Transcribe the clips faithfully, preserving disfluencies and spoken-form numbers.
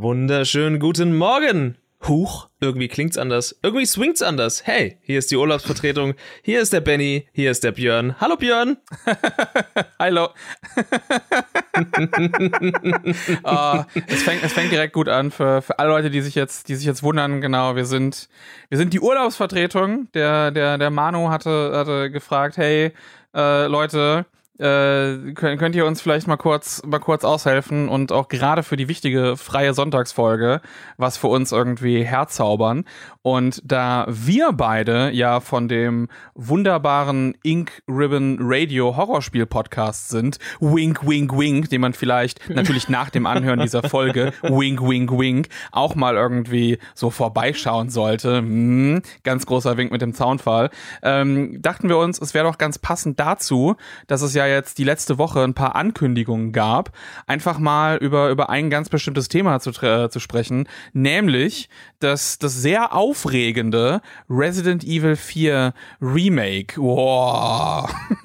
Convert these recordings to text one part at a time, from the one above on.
Wunderschönen guten Morgen. Huch, irgendwie klingt's anders. Irgendwie swingt's anders. Hey, hier ist die Urlaubsvertretung. Hier ist der Benny. Hier ist der Björn. Hallo Björn. Hallo. oh, es, fängt, es fängt direkt gut an für, für alle Leute, die sich jetzt, die sich jetzt wundern. Genau, wir sind, wir sind die Urlaubsvertretung. Der, der, der Manu hatte, hatte gefragt, hey, äh, Leute, Äh, könnt, könnt ihr uns vielleicht mal kurz mal kurz aushelfen und auch gerade für die wichtige freie Sonntagsfolge was für uns irgendwie herzaubern. Und da wir beide ja von dem wunderbaren Ink Ribbon Radio Horrorspiel Podcast sind, wink, wink, wink, den man vielleicht natürlich nach dem Anhören dieser Folge, wink, wink, wink, auch mal irgendwie so vorbeischauen sollte. Hm, ganz großer Wink mit dem Zaunpfahl. Ähm, dachten wir uns, es wäre doch ganz passend dazu, dass es ja jetzt die letzte Woche ein paar Ankündigungen gab, einfach mal über, über ein ganz bestimmtes Thema zu, äh, zu sprechen, nämlich das, das sehr aufregende Resident Evil vier Remake. Wow.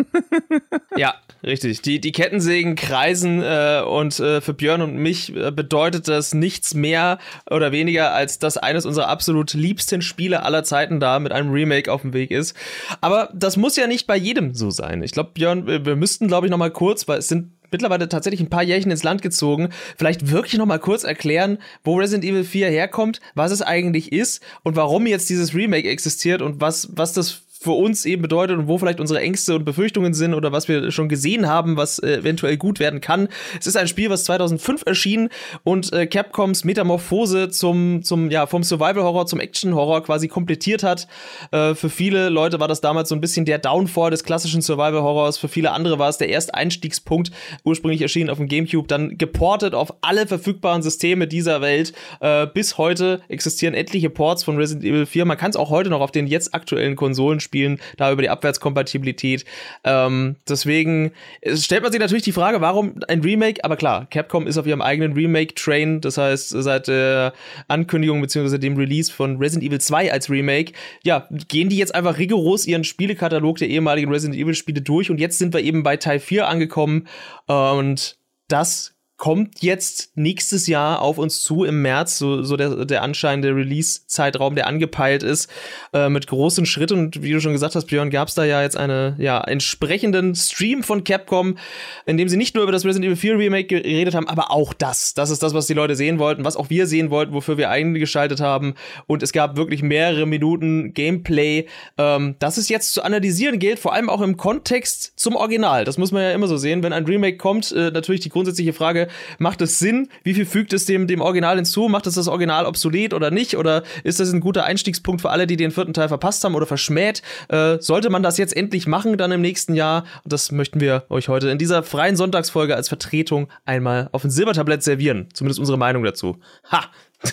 Ja, richtig. Die, die Kettensägen kreisen äh, und äh, für Björn und mich äh, bedeutet das nichts mehr oder weniger, als dass eines unserer absolut liebsten Spiele aller Zeiten da mit einem Remake auf dem Weg ist. Aber das muss ja nicht bei jedem so sein. Ich glaube, Björn, wir müssten, glaube ich, noch mal kurz, weil es sind mittlerweile tatsächlich ein paar Jährchen ins Land gezogen, vielleicht wirklich noch mal kurz erklären, wo Resident Evil vier herkommt, was es eigentlich ist und warum jetzt dieses Remake existiert und was, was das für uns eben bedeutet und wo vielleicht unsere Ängste und Befürchtungen sind oder was wir schon gesehen haben, was äh, eventuell gut werden kann. Es ist ein Spiel, was zweitausendfünf erschien und äh, Capcoms Metamorphose zum, zum ja, vom Survival-Horror zum Action-Horror quasi komplettiert hat. Äh, für viele Leute war das damals so ein bisschen der Downfall des klassischen Survival-Horrors. Für viele andere war es der erste Einstiegspunkt, ursprünglich erschienen auf dem GameCube, dann geportet auf alle verfügbaren Systeme dieser Welt. Äh, bis heute existieren etliche Ports von Resident Evil vier. Man kann es auch heute noch auf den jetzt aktuellen Konsolen spielen. Da über die Abwärtskompatibilität. Ähm, deswegen stellt man sich natürlich die Frage, warum ein Remake? Aber klar, Capcom ist auf ihrem eigenen Remake-Train. Das heißt, seit der Ankündigung bzw. dem Release von Resident Evil zwei als Remake, ja, gehen die jetzt einfach rigoros ihren Spielekatalog der ehemaligen Resident Evil-Spiele durch. Und jetzt sind wir eben bei Teil vier angekommen. Und das kommt jetzt nächstes Jahr auf uns zu im März, so, so der, der anscheinende Release-Zeitraum, der angepeilt ist, äh, mit großen Schritten. Und wie du schon gesagt hast, Björn, gab es da ja jetzt einen ja, entsprechenden Stream von Capcom, in dem sie nicht nur über das Resident Evil vier Remake geredet haben, aber auch das. Das ist das, was die Leute sehen wollten, was auch wir sehen wollten, wofür wir eingeschaltet haben. Und es gab wirklich mehrere Minuten Gameplay, ähm, das es jetzt zu analysieren gilt, vor allem auch im Kontext zum Original. Das muss man ja immer so sehen. Wenn ein Remake kommt, äh, natürlich die grundsätzliche Frage, macht es Sinn? Wie viel fügt es dem, dem Original hinzu? Macht es das Original obsolet oder nicht? Oder ist das ein guter Einstiegspunkt für alle, die den vierten Teil verpasst haben oder verschmäht? Äh, sollte man das jetzt endlich machen, dann im nächsten Jahr? Und das möchten wir euch heute in dieser freien Sonntagsfolge als Vertretung einmal auf ein Silbertablett servieren. Zumindest unsere Meinung dazu. Ha!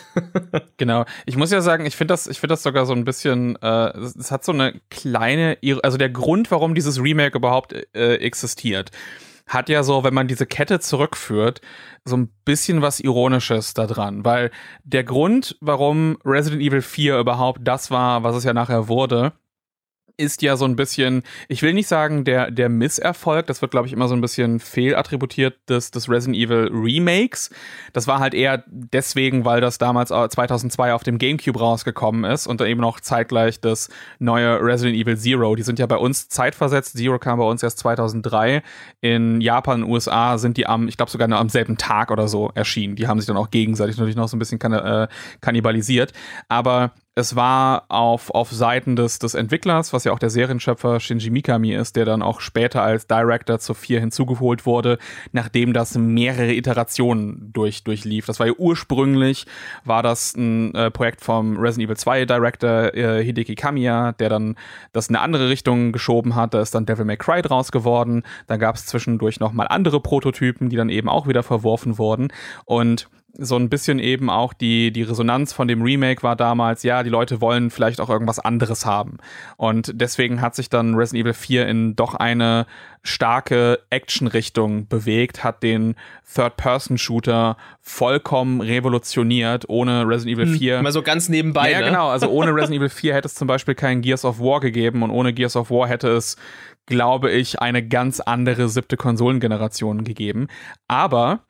Genau. Ich muss ja sagen, ich finde das, ich finde das sogar so ein bisschen, äh, es, es hat so eine kleine, also der Grund, warum dieses Remake überhaupt äh, existiert, hat ja so, wenn man diese Kette zurückführt, so ein bisschen was Ironisches da dran. Weil der Grund, warum Resident Evil vier überhaupt das war, was es ja nachher wurde, ist ja so ein bisschen, ich will nicht sagen, der, der Misserfolg, das wird, glaube ich, immer so ein bisschen fehlattributiert des, des Resident Evil Remakes. Das war halt eher deswegen, weil das damals zweitausendzwei auf dem GameCube rausgekommen ist und dann eben noch zeitgleich das neue Resident Evil Zero. Die sind ja bei uns zeitversetzt. Zero kam bei uns erst zweitausenddrei. In Japan und U S A sind die am, ich glaube sogar nur am selben Tag oder so erschienen. Die haben sich dann auch gegenseitig natürlich noch so ein bisschen kann, äh, kannibalisiert. Aber es war auf, auf Seiten des, des Entwicklers, was ja auch der Serienschöpfer Shinji Mikami ist, der dann auch später als Director zu vier hinzugeholt wurde, nachdem das mehrere Iterationen durch, durchlief. Das war ja ursprünglich, war das ein äh, Projekt vom Resident Evil zwei Director äh, Hideki Kamiya, der dann das in eine andere Richtung geschoben hat. Da ist dann Devil May Cry draus geworden. Dann gab es zwischendurch noch mal andere Prototypen, die dann eben auch wieder verworfen wurden. Und so ein bisschen eben auch die, die Resonanz von dem Remake war damals, ja, die Leute wollen vielleicht auch irgendwas anderes haben. Und deswegen hat sich dann Resident Evil vier in doch eine starke Action-Richtung bewegt, hat den Third-Person-Shooter vollkommen revolutioniert. Ohne Resident Evil vier. Hm, mal so ganz nebenbei, ja, ne? Genau. Also ohne Resident Evil vier hätte es zum Beispiel keinen Gears of War gegeben und ohne Gears of War hätte es, glaube ich, eine ganz andere siebte Konsolengeneration gegeben. Aber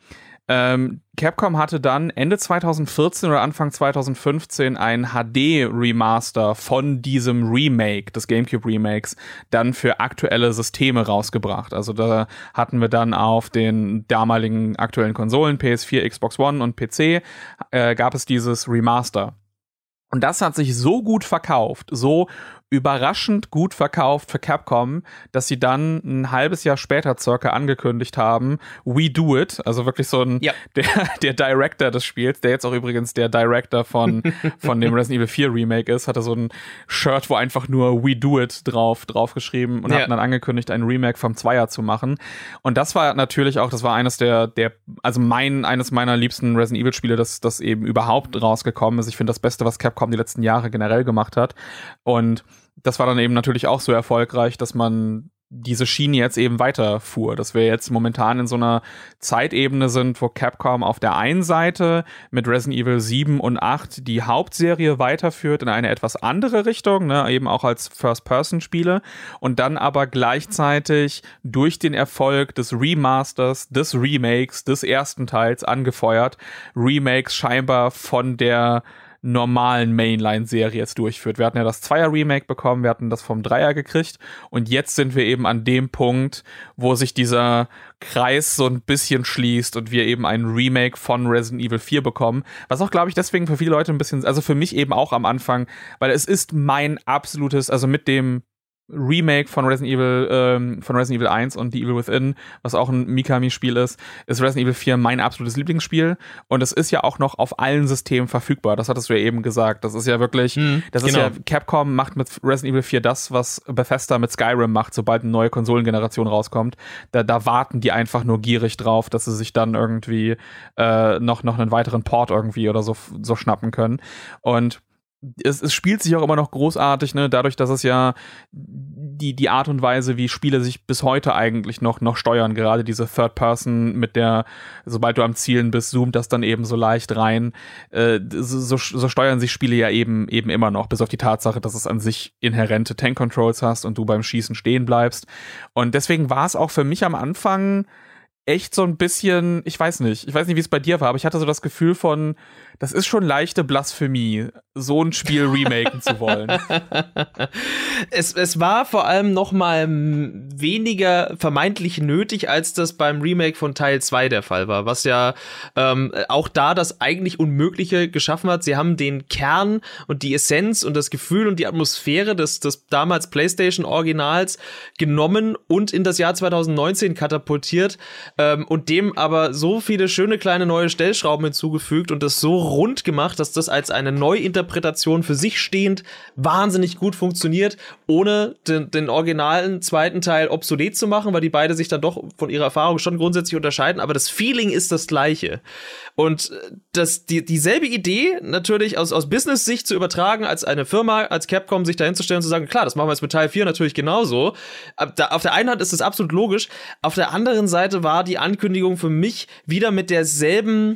Ähm, Capcom hatte dann Ende zwanzig vierzehn oder Anfang zwanzig fünfzehn ein H D-Remaster von diesem Remake, des GameCube-Remakes, dann für aktuelle Systeme rausgebracht. Also da hatten wir dann auf den damaligen aktuellen Konsolen, P S vier, Xbox One und P C, äh, gab es dieses Remaster. Und das hat sich so gut verkauft, so überraschend gut verkauft für Capcom, dass sie dann ein halbes Jahr später circa angekündigt haben, We Do It, also wirklich so ein, ja. der, der Director des Spiels, der jetzt auch übrigens der Director von, von dem Resident Evil vier Remake ist, hatte so ein Shirt, wo einfach nur We Do It drauf, draufgeschrieben und ja. hatten dann angekündigt, ein Remake vom Zweier zu machen. Und das war natürlich auch, das war eines der, der, also mein, eines meiner liebsten Resident Evil Spiele, das, das eben überhaupt rausgekommen ist. Ich finde das Beste, was Capcom die letzten Jahre generell gemacht hat. Und das war dann eben natürlich auch so erfolgreich, dass man diese Schiene jetzt eben weiterfuhr, dass wir jetzt momentan in so einer Zeitebene sind, wo Capcom auf der einen Seite mit Resident Evil sieben und acht die Hauptserie weiterführt in eine etwas andere Richtung, ne, eben auch als First-Person-Spiele, und dann aber gleichzeitig durch den Erfolg des Remasters, des Remakes, des ersten Teils angefeuert, Remakes scheinbar von der normalen Mainline-Serie jetzt durchführt. Wir hatten ja das Zweier-Remake bekommen, wir hatten das vom Dreier gekriegt und jetzt sind wir eben an dem Punkt, wo sich dieser Kreis so ein bisschen schließt und wir eben ein Remake von Resident Evil vier bekommen, was auch, glaube ich, deswegen für viele Leute ein bisschen, also für mich eben auch am Anfang, weil es ist mein absolutes, also mit dem Remake von Resident Evil, ähm, von Resident Evil eins und The Evil Within, was auch ein Mikami-Spiel ist, ist Resident Evil vier mein absolutes Lieblingsspiel. Und es ist ja auch noch auf allen Systemen verfügbar. Das hattest du ja eben gesagt. Das ist ja wirklich, mhm, das genau. ist ja, Capcom macht mit Resident Evil vier das, was Bethesda mit Skyrim macht, sobald eine neue Konsolengeneration rauskommt. Da, da warten die einfach nur gierig drauf, dass sie sich dann irgendwie äh, noch, noch einen weiteren Port irgendwie oder so, so schnappen können. Und Es, es spielt sich auch immer noch großartig, ne, dadurch, dass es ja die, die Art und Weise, wie Spiele sich bis heute eigentlich noch, noch steuern, gerade diese Third Person mit der, sobald du am Zielen bist, zoomt das dann eben so leicht rein, äh, so, so steuern sich Spiele ja eben, eben immer noch, bis auf die Tatsache, dass es an sich inhärente Tank-Controls hast und du beim Schießen stehen bleibst. Und deswegen war es auch für mich am Anfang echt so ein bisschen, ich weiß nicht, ich weiß nicht, wie es bei dir war, aber ich hatte so das Gefühl von, das ist schon leichte Blasphemie, so ein Spiel remaken zu wollen. Es, es war vor allem noch mal weniger vermeintlich nötig, als das beim Remake von Teil zwei der Fall war, was ja ähm, auch da das eigentlich Unmögliche geschaffen hat. Sie haben den Kern und die Essenz und das Gefühl und die Atmosphäre des, des damals PlayStation-Originals genommen und in das Jahr zwanzig neunzehn katapultiert ähm, und dem aber so viele schöne kleine neue Stellschrauben hinzugefügt und das so rund gemacht, dass das als eine Neuinterpretation für sich stehend wahnsinnig gut funktioniert, ohne den, den originalen zweiten Teil obsolet zu machen, weil die beide sich dann doch von ihrer Erfahrung schon grundsätzlich unterscheiden, aber das Feeling ist das gleiche. Und das, die, dieselbe Idee natürlich aus, aus Business-Sicht zu übertragen, als eine Firma, als Capcom sich dahin zu stellen und zu sagen, klar, das machen wir jetzt mit Teil vier natürlich genauso. Da, auf der einen Hand ist das absolut logisch, auf der anderen Seite war die Ankündigung für mich wieder mit derselben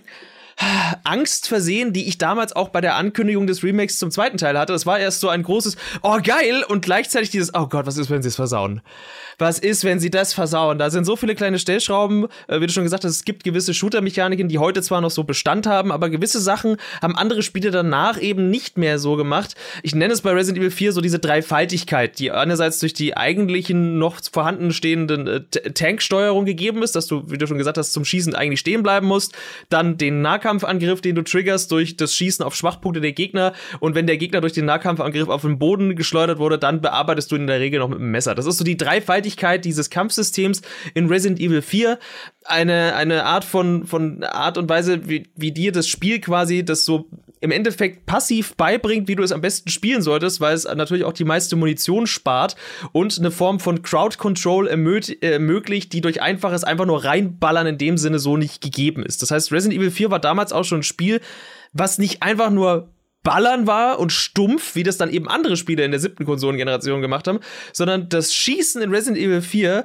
Angst versehen, die ich damals auch bei der Ankündigung des Remakes zum zweiten Teil hatte. Das war erst so ein großes, oh geil, und gleichzeitig dieses, oh Gott, was ist, wenn sie es versauen? Was ist, wenn sie das versauen? Da sind so viele kleine Stellschrauben, äh, wie du schon gesagt hast, es gibt gewisse Shooter-Mechaniken, die heute zwar noch so Bestand haben, aber gewisse Sachen haben andere Spiele danach eben nicht mehr so gemacht. Ich nenne es bei Resident Evil vier so diese Dreifaltigkeit, die einerseits durch die eigentlichen noch vorhanden stehenden äh, Tanksteuerung gegeben ist, dass du, wie du schon gesagt hast, zum Schießen eigentlich stehen bleiben musst, dann den Nahkampfangriff, den du triggerst durch das Schießen auf Schwachpunkte der Gegner, und wenn der Gegner durch den Nahkampfangriff auf den Boden geschleudert wurde, dann bearbeitest du ihn in der Regel noch mit dem Messer. Das ist so die Dreifaltigkeit dieses Kampfsystems in Resident Evil vier. Eine, eine Art von, von Art und Weise, wie, wie dir das Spiel quasi das so im Endeffekt passiv beibringt, wie du es am besten spielen solltest, weil es natürlich auch die meiste Munition spart und eine Form von Crowd Control ermög- ermöglicht, die durch einfaches einfach nur reinballern in dem Sinne so nicht gegeben ist. Das heißt, Resident Evil vier war damals auch schon ein Spiel, was nicht einfach nur Ballern war und stumpf, wie das dann eben andere Spiele in der siebten Konsolengeneration gemacht haben, sondern das Schießen in Resident Evil vier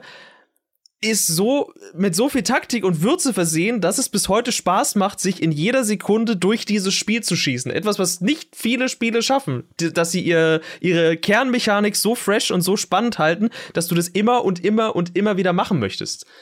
ist so mit so viel Taktik und Würze versehen, dass es bis heute Spaß macht, sich in jeder Sekunde durch dieses Spiel zu schießen. Etwas, was nicht viele Spiele schaffen, dass sie ihr, ihre Kernmechanik so fresh und so spannend halten, dass du das immer und immer und immer wieder machen möchtest.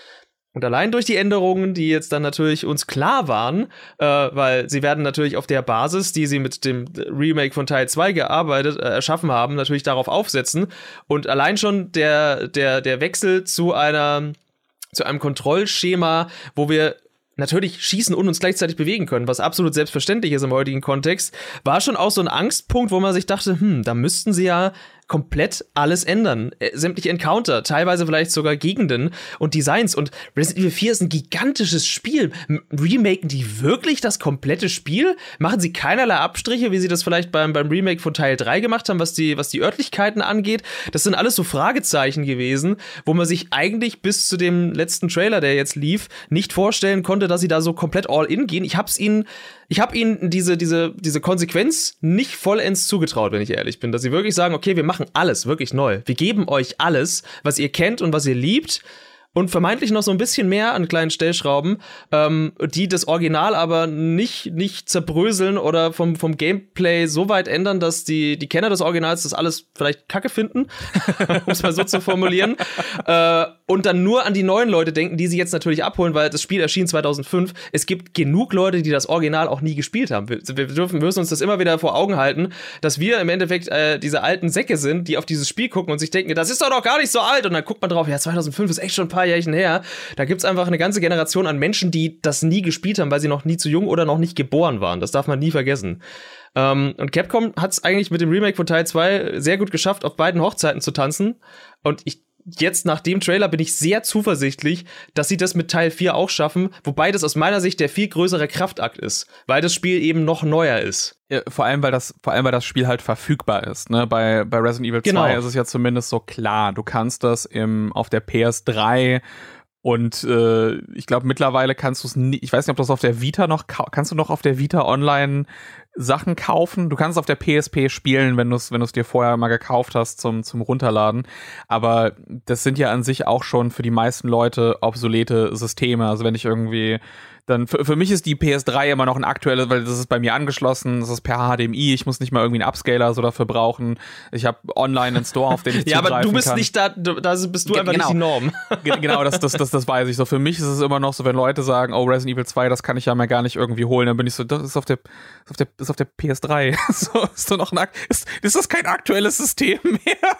Und allein durch die Änderungen, die jetzt dann natürlich uns klar waren, äh, weil sie werden natürlich auf der Basis, die sie mit dem Remake von Teil zwei gearbeitet, äh, erschaffen haben, natürlich darauf aufsetzen. Und allein schon der, der, der Wechsel zu einer, zu einem Kontrollschema, wo wir natürlich schießen und uns gleichzeitig bewegen können, was absolut selbstverständlich ist im heutigen Kontext, war schon auch so ein Angstpunkt, wo man sich dachte, hm, da müssten sie ja komplett alles ändern. Äh, sämtliche Encounter, teilweise vielleicht sogar Gegenden und Designs. Und Resident Evil vier ist ein gigantisches Spiel. M- remaken die wirklich das komplette Spiel? Machen sie keinerlei Abstriche, wie sie das vielleicht beim, beim Remake von Teil drei gemacht haben, was die, was die Örtlichkeiten angeht? Das sind alles so Fragezeichen gewesen, wo man sich eigentlich bis zu dem letzten Trailer, der jetzt lief, nicht vorstellen konnte, dass sie da so komplett all in gehen. Ich hab's ihnen Ich habe ihnen diese, diese, diese Konsequenz nicht vollends zugetraut, wenn ich ehrlich bin. Dass sie wirklich sagen, okay, wir machen alles wirklich neu. Wir geben euch alles, was ihr kennt und was ihr liebt. Und vermeintlich noch so ein bisschen mehr an kleinen Stellschrauben, ähm, die das Original aber nicht, nicht zerbröseln oder vom, vom Gameplay so weit ändern, dass die, die Kenner des Originals das alles vielleicht kacke finden, um es mal so zu formulieren. äh, und dann nur an die neuen Leute denken, die sie jetzt natürlich abholen, weil das Spiel erschien zweitausendfünf. Es gibt genug Leute, die das Original auch nie gespielt haben. Wir, wir dürfen, wir müssen uns das immer wieder vor Augen halten, dass wir im Endeffekt äh, diese alten Säcke sind, die auf dieses Spiel gucken und sich denken, das ist doch noch gar nicht so alt. Und dann guckt man drauf, ja, zweitausendfünf ist echt schon ein paar Jährchen her. Da gibt's einfach eine ganze Generation an Menschen, die das nie gespielt haben, weil sie noch nie zu jung oder noch nicht geboren waren. Das darf man nie vergessen. Ähm, und Capcom hat's eigentlich mit dem Remake von Teil zwei sehr gut geschafft, auf beiden Hochzeiten zu tanzen. Und ich Jetzt nach dem Trailer bin ich sehr zuversichtlich, dass sie das mit Teil vier auch schaffen, wobei das aus meiner Sicht der viel größere Kraftakt ist, weil das Spiel eben noch neuer ist. Ja, vor allem, weil das, vor allem, weil das Spiel halt verfügbar ist. Ne? Bei, bei Resident Evil Genau. zwei ist es ja zumindest so klar. Du kannst das im, auf der P S drei und äh, ich glaube mittlerweile kannst du es nie, ich weiß nicht, ob du das auf der Vita noch, kannst du noch auf der Vita online Sachen kaufen? Du kannst es auf der P S P spielen, wenn du es wenn du es dir vorher mal gekauft hast zum, zum Runterladen. Aber das sind ja an sich auch schon für die meisten Leute obsolete Systeme. Also wenn ich irgendwie dann für, für mich ist die P S drei immer noch ein aktuelles, weil das ist bei mir angeschlossen, das ist per H D M I, ich muss nicht mal irgendwie einen Upscaler so dafür brauchen. Ich habe online einen Store, auf den ich ja, zugreifen kann. Ja, aber du bist kann. nicht da, da bist du Ge- einfach genau. nicht die Norm. Ge- genau, das, das, das, das weiß ich so. Für mich ist es immer noch so, wenn Leute sagen, oh, Resident Evil zwei, das kann ich ja mal gar nicht irgendwie holen, dann bin ich so, das ist auf der, ist auf der, ist auf der P S drei. so, ist, doch noch ein, ist, ist das kein aktuelles System mehr?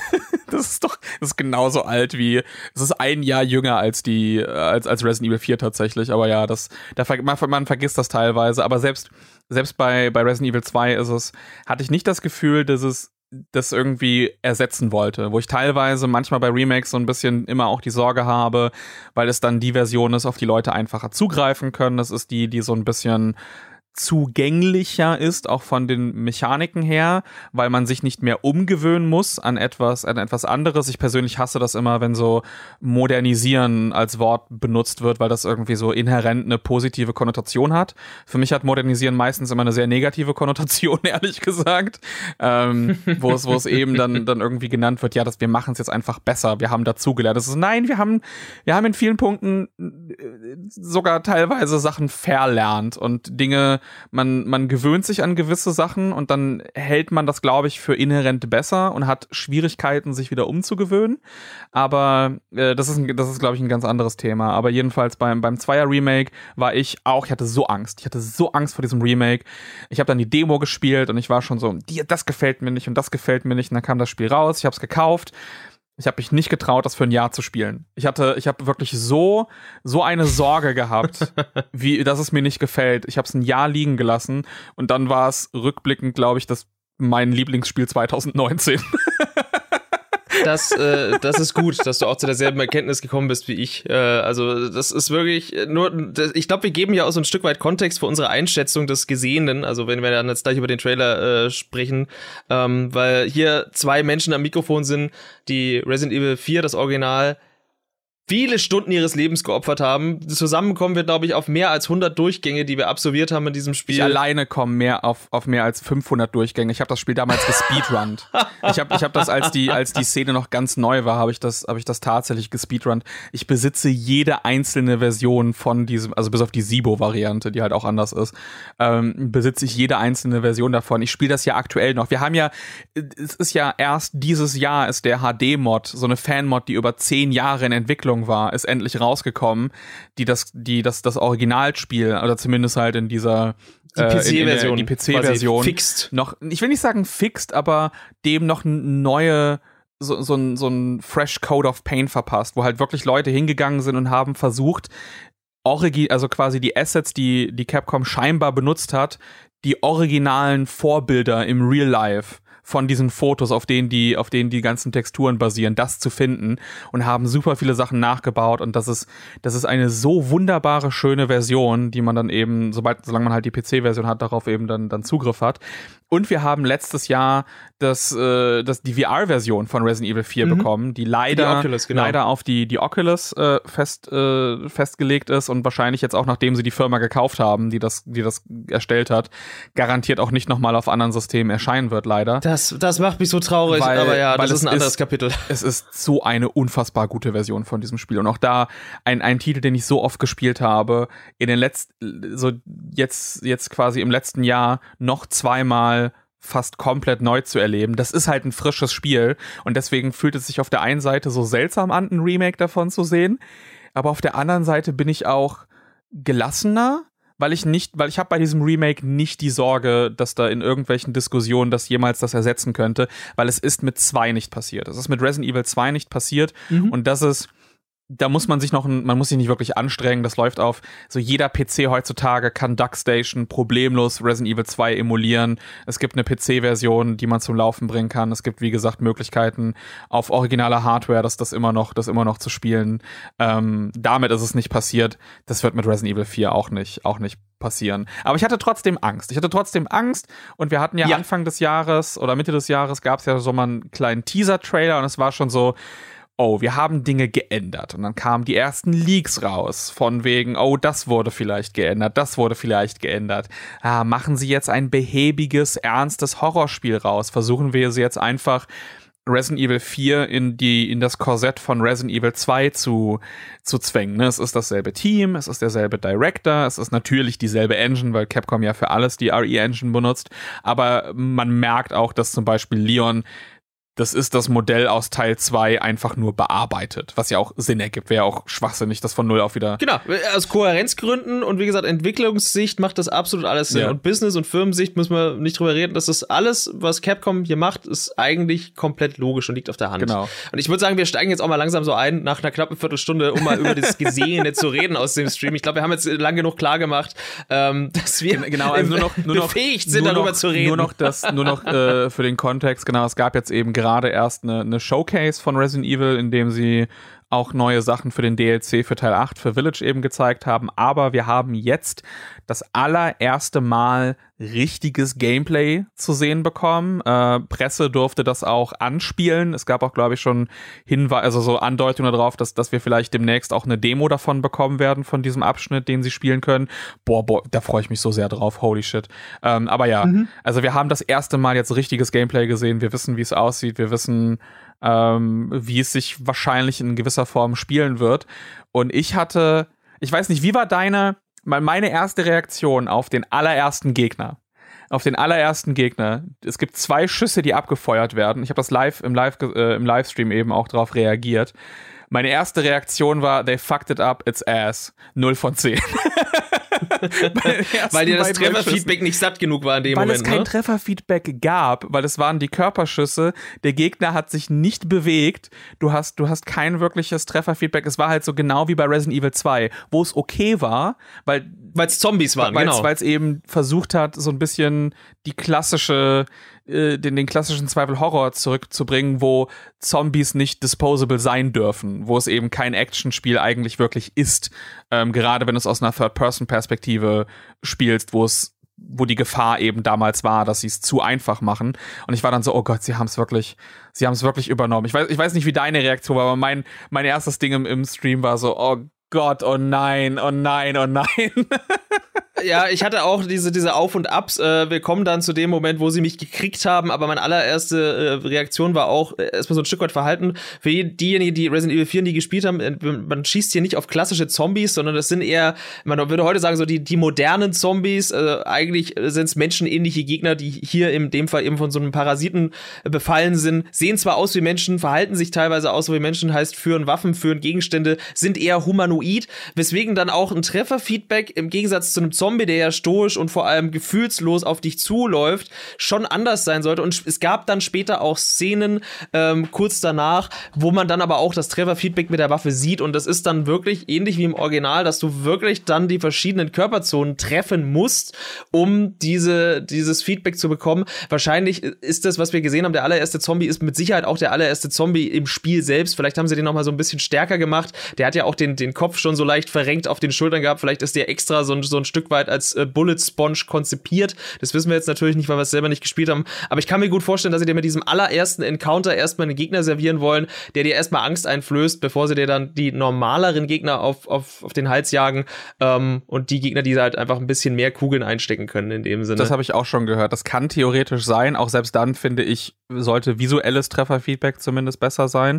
das ist doch, das ist genauso alt wie, es ist ein Jahr jünger als die, als, als Resident Evil vier tatsächlich, aber ja, das, da, man, man vergisst das teilweise, aber selbst, selbst bei, bei Resident Evil zwei ist es, hatte ich nicht das Gefühl, dass es das irgendwie ersetzen wollte, wo ich teilweise manchmal bei Remakes so ein bisschen immer auch die Sorge habe, weil es dann die Version ist, auf die Leute einfacher zugreifen können. Das ist die, die so ein bisschen zugänglicher ist, auch von den Mechaniken her, weil man sich nicht mehr umgewöhnen muss an etwas, an etwas anderes. Ich persönlich hasse das immer, wenn so modernisieren als Wort benutzt wird, weil das irgendwie so inhärent eine positive Konnotation hat. Für mich hat modernisieren meistens immer eine sehr negative Konnotation, ehrlich gesagt, ähm, wo es, wo es eben dann, dann irgendwie genannt wird, ja, dass wir machen es jetzt einfach besser, wir haben dazugelernt. Das ist, nein, wir haben, wir haben in vielen Punkten sogar teilweise Sachen verlernt und Dinge. Man, man gewöhnt sich an gewisse Sachen und dann hält man das, glaube ich, für inhärent besser und hat Schwierigkeiten, sich wieder umzugewöhnen. Aber äh, das ist, das ist, glaube ich, ein ganz anderes Thema. Aber jedenfalls beim, beim Zweier-Remake war ich auch, ich hatte so Angst. Ich hatte so Angst vor diesem Remake. Ich habe dann die Demo gespielt und ich war schon so, die, das gefällt mir nicht und das gefällt mir nicht. Und dann kam das Spiel raus, ich habe es gekauft. Ich habe mich nicht getraut, das für ein Jahr zu spielen. Ich hatte, ich habe wirklich so, so eine Sorge gehabt, wie, dass es mir nicht gefällt. Ich habe es ein Jahr liegen gelassen und dann war es rückblickend, glaube ich, das mein Lieblingsspiel zwanzig neunzehn. Das, äh, das ist gut, dass du auch zu derselben Erkenntnis gekommen bist wie ich. Äh, also das ist wirklich nur, das, ich glaube, wir geben ja auch so ein Stück weit Kontext für unsere Einschätzung des Gesehenen, also wenn wir dann jetzt gleich über den Trailer äh, sprechen, ähm, weil hier zwei Menschen am Mikrofon sind, die Resident Evil vier, das Original, viele Stunden ihres Lebens geopfert haben. Zusammen kommen wir, glaube ich, auf mehr als hundert Durchgänge, die wir absolviert haben in diesem Spiel. Ich alleine komme mehr auf, auf mehr als fünfhundert Durchgänge. Ich habe das Spiel damals gespeedrunnt. ich habe ich hab das, als die, als die Szene noch ganz neu war, habe ich das, habe ich das tatsächlich gespeedrunnt. Ich besitze jede einzelne Version von diesem, also bis auf die Sibo-Variante, die halt auch anders ist, ähm, besitze ich jede einzelne Version davon. Ich spiele das ja aktuell noch. Wir haben ja, es ist ja erst dieses Jahr ist der H D-Mod, so eine Fan-Mod, die über zehn Jahre in Entwicklung Entwicklung war, ist endlich rausgekommen, die das, die das, das Originalspiel, oder zumindest halt in dieser die P C-Version, die P C-Version fixt. Noch, ich will nicht sagen fixt, aber dem noch neue so, so ein, so ein fresh Coat of Paint verpasst, wo halt wirklich Leute hingegangen sind und haben versucht, Origi, also quasi die Assets, die die Capcom scheinbar benutzt hat, die originalen Vorbilder im Real Life von diesen Fotos, auf denen die, auf denen die ganzen Texturen basieren, das zu finden, und haben super viele Sachen nachgebaut, und das ist, das ist eine so wunderbare, schöne Version, die man dann eben, sobald, solange man halt die P C-Version hat, darauf eben dann, dann Zugriff hat. Und wir haben letztes Jahr das, äh, das, die V R-Version von Resident Evil vier mhm. bekommen, die leider, die Oculus, genau. leider auf die, die Oculus äh, fest, äh, festgelegt ist und wahrscheinlich jetzt auch, nachdem sie die Firma gekauft haben, die das, die das erstellt hat, garantiert auch nicht nochmal auf anderen Systemen erscheinen wird, leider. Das, das macht mich so traurig, weil, aber ja, das ist ein anderes ist, Kapitel. Es ist so eine unfassbar gute Version von diesem Spiel. Und auch da ein, ein Titel, den ich so oft gespielt habe, in den letzten, so jetzt, jetzt quasi im letzten Jahr noch zweimal fast komplett neu zu erleben. Das ist halt ein frisches Spiel, und deswegen fühlt es sich auf der einen Seite so seltsam an, ein Remake davon zu sehen, aber auf der anderen Seite bin ich auch gelassener, weil ich nicht, weil ich habe bei diesem Remake nicht die Sorge, dass da in irgendwelchen Diskussionen das jemals das ersetzen könnte, weil es ist mit zwei nicht passiert. Es ist mit Resident Evil zwei nicht passiert, mhm. und das ist, da muss man sich noch, man muss sich nicht wirklich anstrengen, das läuft auf, so jeder P C heutzutage kann DuckStation problemlos Resident Evil zwei emulieren. Es gibt eine P C-Version, die man zum Laufen bringen kann. Es gibt, wie gesagt, Möglichkeiten auf originaler Hardware, das, das immer noch, das immer noch zu spielen. Ähm, damit ist es nicht passiert. Das wird mit Resident Evil vier auch nicht, auch nicht passieren. Aber ich hatte trotzdem Angst. Ich hatte trotzdem Angst, und wir hatten ja, ja. Anfang des Jahres oder Mitte des Jahres gab es ja so mal einen kleinen Teaser-Trailer, und es war schon so, oh, wir haben Dinge geändert. Und dann kamen die ersten Leaks raus, von wegen, oh, das wurde vielleicht geändert, das wurde vielleicht geändert. Ah, machen Sie jetzt ein behäbiges, ernstes Horrorspiel raus. Versuchen wir sie jetzt einfach Resident Evil vier in die in das Korsett von Resident Evil zwei zu zu zwängen. Es ist dasselbe Team, es ist derselbe Director, es ist natürlich dieselbe Engine, weil Capcom ja für alles die R E-Engine benutzt. Aber man merkt auch, dass zum Beispiel Leon, das ist das Modell aus Teil zwei einfach nur bearbeitet, was ja auch Sinn ergibt. Wäre auch schwachsinnig, das von null auf wieder... Genau, aus Kohärenzgründen und wie gesagt, Entwicklungssicht macht das absolut alles Sinn. Ja. Und Business- und Firmensicht müssen wir nicht drüber reden. Das ist alles, was Capcom hier macht, ist eigentlich komplett logisch und liegt auf der Hand. Genau. Und ich würde sagen, wir steigen jetzt auch mal langsam so ein, nach einer knappen Viertelstunde, um mal über das Gesehene zu reden aus dem Stream. Ich glaube, wir haben jetzt lang genug klar gemacht, ähm, dass wir genau, also nur noch, nur noch, befähigt sind, nur darüber noch, zu reden. Nur noch, das, nur noch äh, für den Kontext, genau, es gab jetzt eben gerade gerade erst eine, eine Showcase von Resident Evil, in dem sie auch neue Sachen für den D L C für Teil acht, für Village eben gezeigt haben. Aber wir haben jetzt das allererste Mal richtiges Gameplay zu sehen bekommen. Äh, Presse durfte das auch anspielen. Es gab auch, glaube ich, schon Hinweise, also so Andeutungen darauf, dass, dass wir vielleicht demnächst auch eine Demo davon bekommen werden, von diesem Abschnitt, den sie spielen können. Boah, boah, da freue ich mich so sehr drauf. Holy shit. Ähm, aber ja, mhm. also wir haben das erste Mal jetzt richtiges Gameplay gesehen. Wir wissen, wie es aussieht. Wir wissen, ähm, wie es sich wahrscheinlich in gewisser Form spielen wird. Und ich hatte, ich weiß nicht, wie war deine, meine erste Reaktion auf den allerersten Gegner? Auf den allerersten Gegner. Es gibt zwei Schüsse, die abgefeuert werden. Ich habe das live im, live äh, im Livestream eben auch drauf reagiert. Meine erste Reaktion war, they fucked it up, it's ass. Null von zehn. Weil dir das Trefferfeedback nicht satt genug war in dem weil Moment. Weil es kein ne? Trefferfeedback gab, weil es waren die Körperschüsse. Der Gegner hat sich nicht bewegt. Du hast, du hast kein wirkliches Trefferfeedback. Es war halt so genau wie bei Resident Evil zwei, wo es okay war, weil weil es Zombies waren, weil's, genau. Weil es eben versucht hat, so ein bisschen die klassische Den, den klassischen Survival Horror zurückzubringen, wo Zombies nicht disposable sein dürfen, wo es eben kein Actionspiel eigentlich wirklich ist, ähm, gerade wenn du es aus einer Third-Person-Perspektive spielst, wo es, wo die Gefahr eben damals war, dass sie es zu einfach machen. Und ich war dann so, oh Gott, sie haben es wirklich, sie haben es wirklich übernommen. Ich weiß, ich weiß nicht, wie deine Reaktion war, aber mein, mein erstes Ding im, im Stream war so, oh Gott, oh nein, oh nein, oh nein. Ja, ich hatte auch diese, diese Auf- und Abs. Äh, wir kommen dann zu dem Moment, wo sie mich gekriegt haben, aber meine allererste äh, Reaktion war auch äh, erstmal so ein Stück weit Verhalten. Für diejenigen, die Resident Evil vier nie gespielt haben, äh, man schießt hier nicht auf klassische Zombies, sondern das sind eher, man würde heute sagen, so die, die modernen Zombies. Äh, eigentlich sind es menschenähnliche Gegner, die hier in dem Fall eben von so einem Parasiten äh, befallen sind. Sehen zwar aus wie Menschen, verhalten sich teilweise aus wie Menschen, heißt führen Waffen, führen Gegenstände, sind eher humanoid, weswegen dann auch ein Trefferfeedback im Gegensatz zu einem Zombie, der ja stoisch und vor allem gefühlslos auf dich zuläuft, schon anders sein sollte. Und es gab dann später auch Szenen ähm, kurz danach, wo man dann aber auch das Trefferfeedback mit der Waffe sieht. Und das ist dann wirklich ähnlich wie im Original, dass du wirklich dann die verschiedenen Körperzonen treffen musst, um diese, dieses Feedback zu bekommen. Wahrscheinlich ist das, was wir gesehen haben, der allererste Zombie ist mit Sicherheit auch der allererste Zombie im Spiel selbst. Vielleicht haben sie den noch mal so ein bisschen stärker gemacht. Der hat ja auch den, den Kopf schon so leicht verrenkt auf den Schultern gehabt. Vielleicht ist der extra so ein, so ein Stück weit als äh, Bullet Sponge konzipiert. Das wissen wir jetzt natürlich nicht, weil wir es selber nicht gespielt haben. Aber ich kann mir gut vorstellen, dass sie dir mit diesem allerersten Encounter erstmal einen Gegner servieren wollen, der dir erstmal Angst einflößt, bevor sie dir dann die normaleren Gegner auf, auf, auf den Hals jagen. Ähm, und die Gegner, die halt einfach ein bisschen mehr Kugeln einstecken können in dem Sinne. Das habe ich auch schon gehört. Das kann theoretisch sein. Auch selbst dann, finde ich, sollte visuelles Trefferfeedback zumindest besser sein.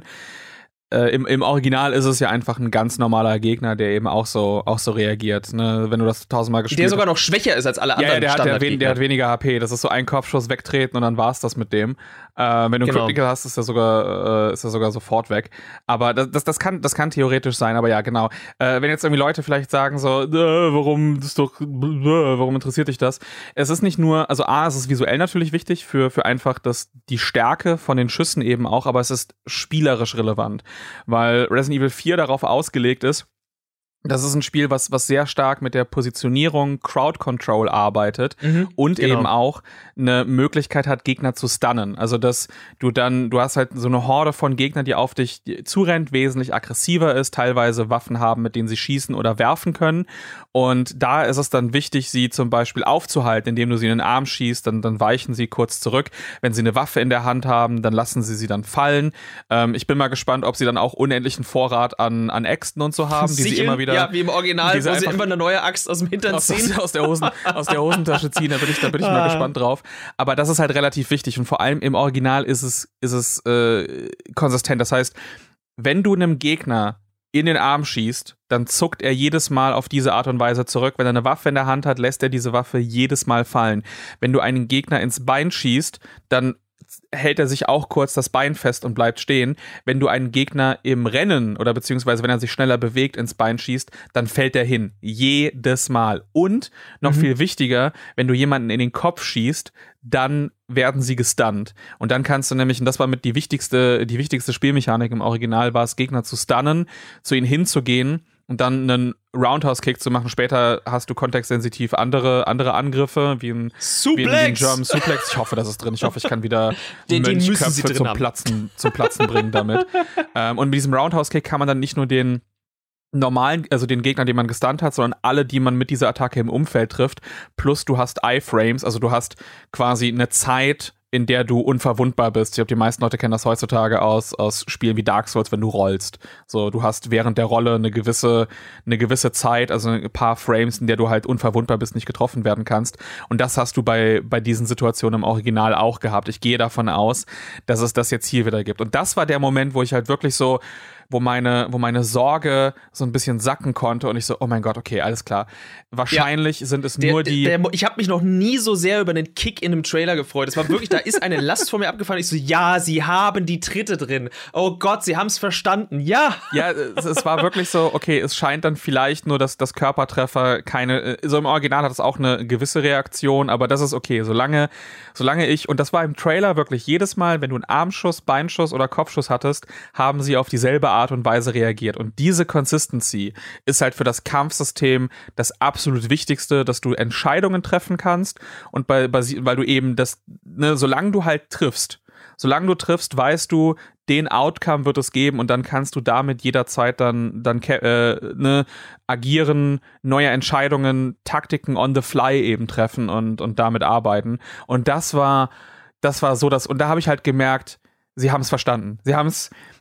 Äh, im, Im Original ist es ja einfach ein ganz normaler Gegner, der eben auch so, auch so reagiert. Ne? Wenn du das tausendmal gespielt hast. Der sogar noch schwächer ist als alle anderen. Ja, ja der, hat, der, wen, der hat weniger H P. Das ist so ein Kopfschuss wegtreten und dann war's das mit dem. Äh, wenn du genau. Critical hast, ist er sogar, äh, ist er sogar sofort weg. Aber das, das, das, kann, das kann theoretisch sein, aber ja, genau. Äh, wenn jetzt irgendwie Leute vielleicht sagen so, äh, warum, das ist doch, äh, warum interessiert dich das? Es ist nicht nur, also A, es ist visuell natürlich wichtig für, für einfach das, die Stärke von den Schüssen eben auch, aber es ist spielerisch relevant. Weil Resident Evil vier darauf ausgelegt ist, das ist ein Spiel, was, was sehr stark mit der Positionierung Crowd Control arbeitet mhm, und genau. eben auch eine Möglichkeit hat, Gegner zu stunnen. Also, dass du dann, du hast halt so eine Horde von Gegnern, die auf dich zurennt, wesentlich aggressiver ist, teilweise Waffen haben, mit denen sie schießen oder werfen können. Und da ist es dann wichtig, sie zum Beispiel aufzuhalten, indem du sie in den Arm schießt, dann, dann weichen sie kurz zurück. Wenn sie eine Waffe in der Hand haben, dann lassen sie sie dann fallen. Ähm, ich bin mal gespannt, ob sie dann auch unendlichen Vorrat an, an Äxten und so haben, die sie immer wieder ja, wie im Original, wo sie immer eine neue Axt aus dem Hintern aus, ziehen. Aus, aus, der Hosen, aus der Hosentasche ziehen, da bin ich, da bin ich mal gespannt drauf. Aber das ist halt relativ wichtig und vor allem im Original ist es, ist es äh, konsistent. Das heißt, wenn du einem Gegner in den Arm schießt, dann zuckt er jedes Mal auf diese Art und Weise zurück. Wenn er eine Waffe in der Hand hat, lässt er diese Waffe jedes Mal fallen. Wenn du einen Gegner ins Bein schießt, dann hält er sich auch kurz das Bein fest und bleibt stehen. Wenn du einen Gegner im Rennen oder beziehungsweise wenn er sich schneller bewegt ins Bein schießt, dann fällt er hin. Jedes Mal. Und noch mhm. viel wichtiger, wenn du jemanden in den Kopf schießt, dann werden sie gestunt. Und dann kannst du nämlich, und das war mit die wichtigste, die wichtigste Spielmechanik im Original, war es, Gegner zu stunnen, zu ihnen hinzugehen und dann einen Roundhouse-Kick zu machen. Später hast du kontextsensitiv andere, andere Angriffe, wie ein, wie ein, wie ein German Suplex. Ich hoffe, das ist drin. Ich hoffe, ich kann wieder den, Mönchköpfe den zum Platzen, zum Platzen bringen damit. ähm, und mit diesem Roundhouse-Kick kann man dann nicht nur den normalen, also den Gegner, den man gestunt hat, sondern alle, die man mit dieser Attacke im Umfeld trifft. Plus du hast Iframes, also du hast quasi eine Zeit, in der du unverwundbar bist. Ich glaube, die meisten Leute kennen das heutzutage aus, aus Spielen wie Dark Souls, wenn du rollst. So, du hast während der Rolle eine gewisse, eine gewisse Zeit, also ein paar Frames, in der du halt unverwundbar bist, nicht getroffen werden kannst. Und das hast du bei, bei diesen Situationen im Original auch gehabt. Ich gehe davon aus, dass es das jetzt hier wieder gibt. Und das war der Moment, wo ich halt wirklich so, wo meine, wo meine Sorge so ein bisschen sacken konnte und ich so, oh mein Gott, okay, alles klar. Wahrscheinlich ja, sind es der, nur die... Der, der, ich habe mich noch nie so sehr über einen Kick in einem Trailer gefreut. Es war wirklich, da ist eine Last von mir abgefallen. Ich so, ja, sie haben die Tritte drin. Oh Gott, sie haben es verstanden. Ja. Ja, es, es war wirklich so, okay, es scheint dann vielleicht nur, dass das Körpertreffer keine... So im Original hat es auch eine gewisse Reaktion, aber das ist okay. Solange, solange ich... Und das war im Trailer wirklich jedes Mal, wenn du einen Armschuss, Beinschuss oder Kopfschuss hattest, haben sie auf dieselbe Art und Weise reagiert. Und diese Consistency ist halt für das Kampfsystem das absolut Wichtigste, dass du Entscheidungen treffen kannst und bei, weil du eben das, ne, solange du halt triffst, solange du triffst, weißt du, den Outcome wird es geben und dann kannst du damit jederzeit dann, dann äh, ne, agieren, neue Entscheidungen, Taktiken on the fly eben treffen und, und damit arbeiten. Und das war, das war so das, und da habe ich halt gemerkt, sie haben es verstanden. Sie haben es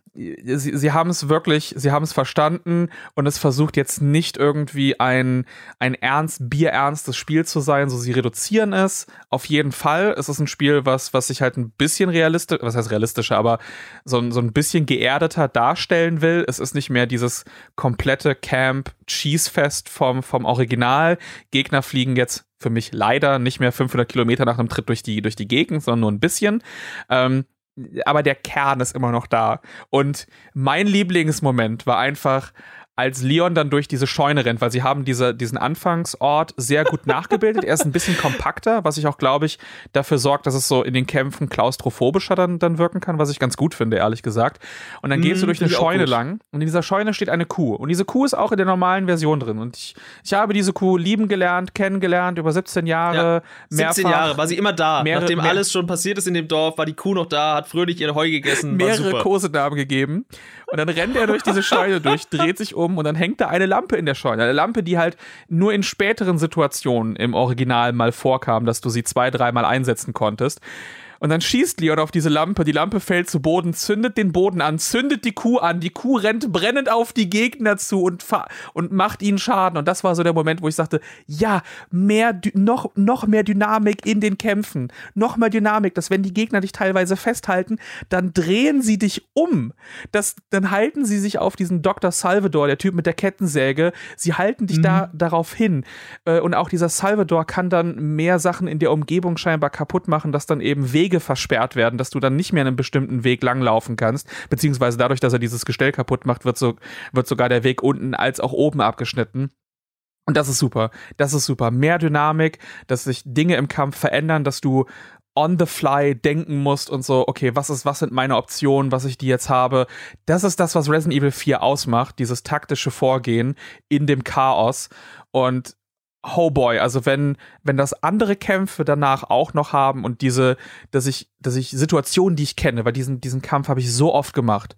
sie, sie haben es wirklich, sie haben es verstanden und es versucht jetzt nicht irgendwie ein, ein ernst, bierernstes Spiel zu sein, so sie reduzieren es, auf jeden Fall. Es ist ein Spiel, was, was sich halt ein bisschen realistisch, was heißt realistischer, aber so, so ein bisschen geerdeter darstellen will. Es ist nicht mehr dieses komplette Camp-Cheese-Fest vom, vom Original. Gegner fliegen jetzt für mich leider nicht mehr fünfhundert Kilometer nach einem Tritt durch die, durch die Gegend, sondern nur ein bisschen. Ähm, aber der Kern ist immer noch da. Und mein Lieblingsmoment war einfach, als Leon dann durch diese Scheune rennt, weil sie haben diese, diesen Anfangsort sehr gut nachgebildet. Er ist ein bisschen kompakter, was ich auch, glaube ich, dafür sorgt, dass es so in den Kämpfen klaustrophobischer dann, dann wirken kann, was ich ganz gut finde, ehrlich gesagt. Und dann gehst mm, du durch eine Scheune lang und in dieser Scheune steht eine Kuh. Und diese Kuh ist auch in der normalen Version drin. Und ich, ich habe diese Kuh lieben gelernt, kennengelernt, über siebzehn Jahre. Ja, mehrfach, siebzehn Jahre, war sie immer da. Mehrere, Nachdem mehr, alles schon passiert ist in dem Dorf, war die Kuh noch da, hat fröhlich ihr Heu gegessen, war mehrere super. Kosenamen gegeben. Und dann rennt er durch diese Scheune durch, dreht sich um und dann hängt da eine Lampe in der Scheune. Eine Lampe, die halt nur in späteren Situationen im Original mal vorkam, dass du sie zwei, dreimal einsetzen konntest. Und dann schießt Leon auf diese Lampe, die Lampe fällt zu Boden, zündet den Boden an, zündet die Kuh an, die Kuh rennt brennend auf die Gegner zu und, fa- und macht ihnen Schaden. Und das war so der Moment, wo ich sagte, ja, mehr, Dy- noch, noch mehr Dynamik in den Kämpfen, noch mehr Dynamik, dass wenn die Gegner dich teilweise festhalten, dann drehen sie dich um. Das, dann halten sie sich auf diesen Doktor Salvador, der Typ mit der Kettensäge, sie halten dich mhm. da darauf hin. Und auch dieser Salvador kann dann mehr Sachen in der Umgebung scheinbar kaputt machen, dass dann eben Wege versperrt werden, dass du dann nicht mehr einen bestimmten Weg langlaufen kannst, beziehungsweise dadurch, dass er dieses Gestell kaputt macht, wird, so, wird sogar der Weg unten als auch oben abgeschnitten. Und das ist super. Das ist super. Mehr Dynamik, dass sich Dinge im Kampf verändern, dass du on the fly denken musst und so, okay, was ist, was sind meine Optionen, was ich die jetzt habe. Das ist das, was Resident Evil vier ausmacht, dieses taktische Vorgehen in dem Chaos. Und oh boy, also wenn, wenn das andere Kämpfe danach auch noch haben und diese, dass ich, dass ich Situationen, die ich kenne, weil diesen, diesen Kampf habe ich so oft gemacht.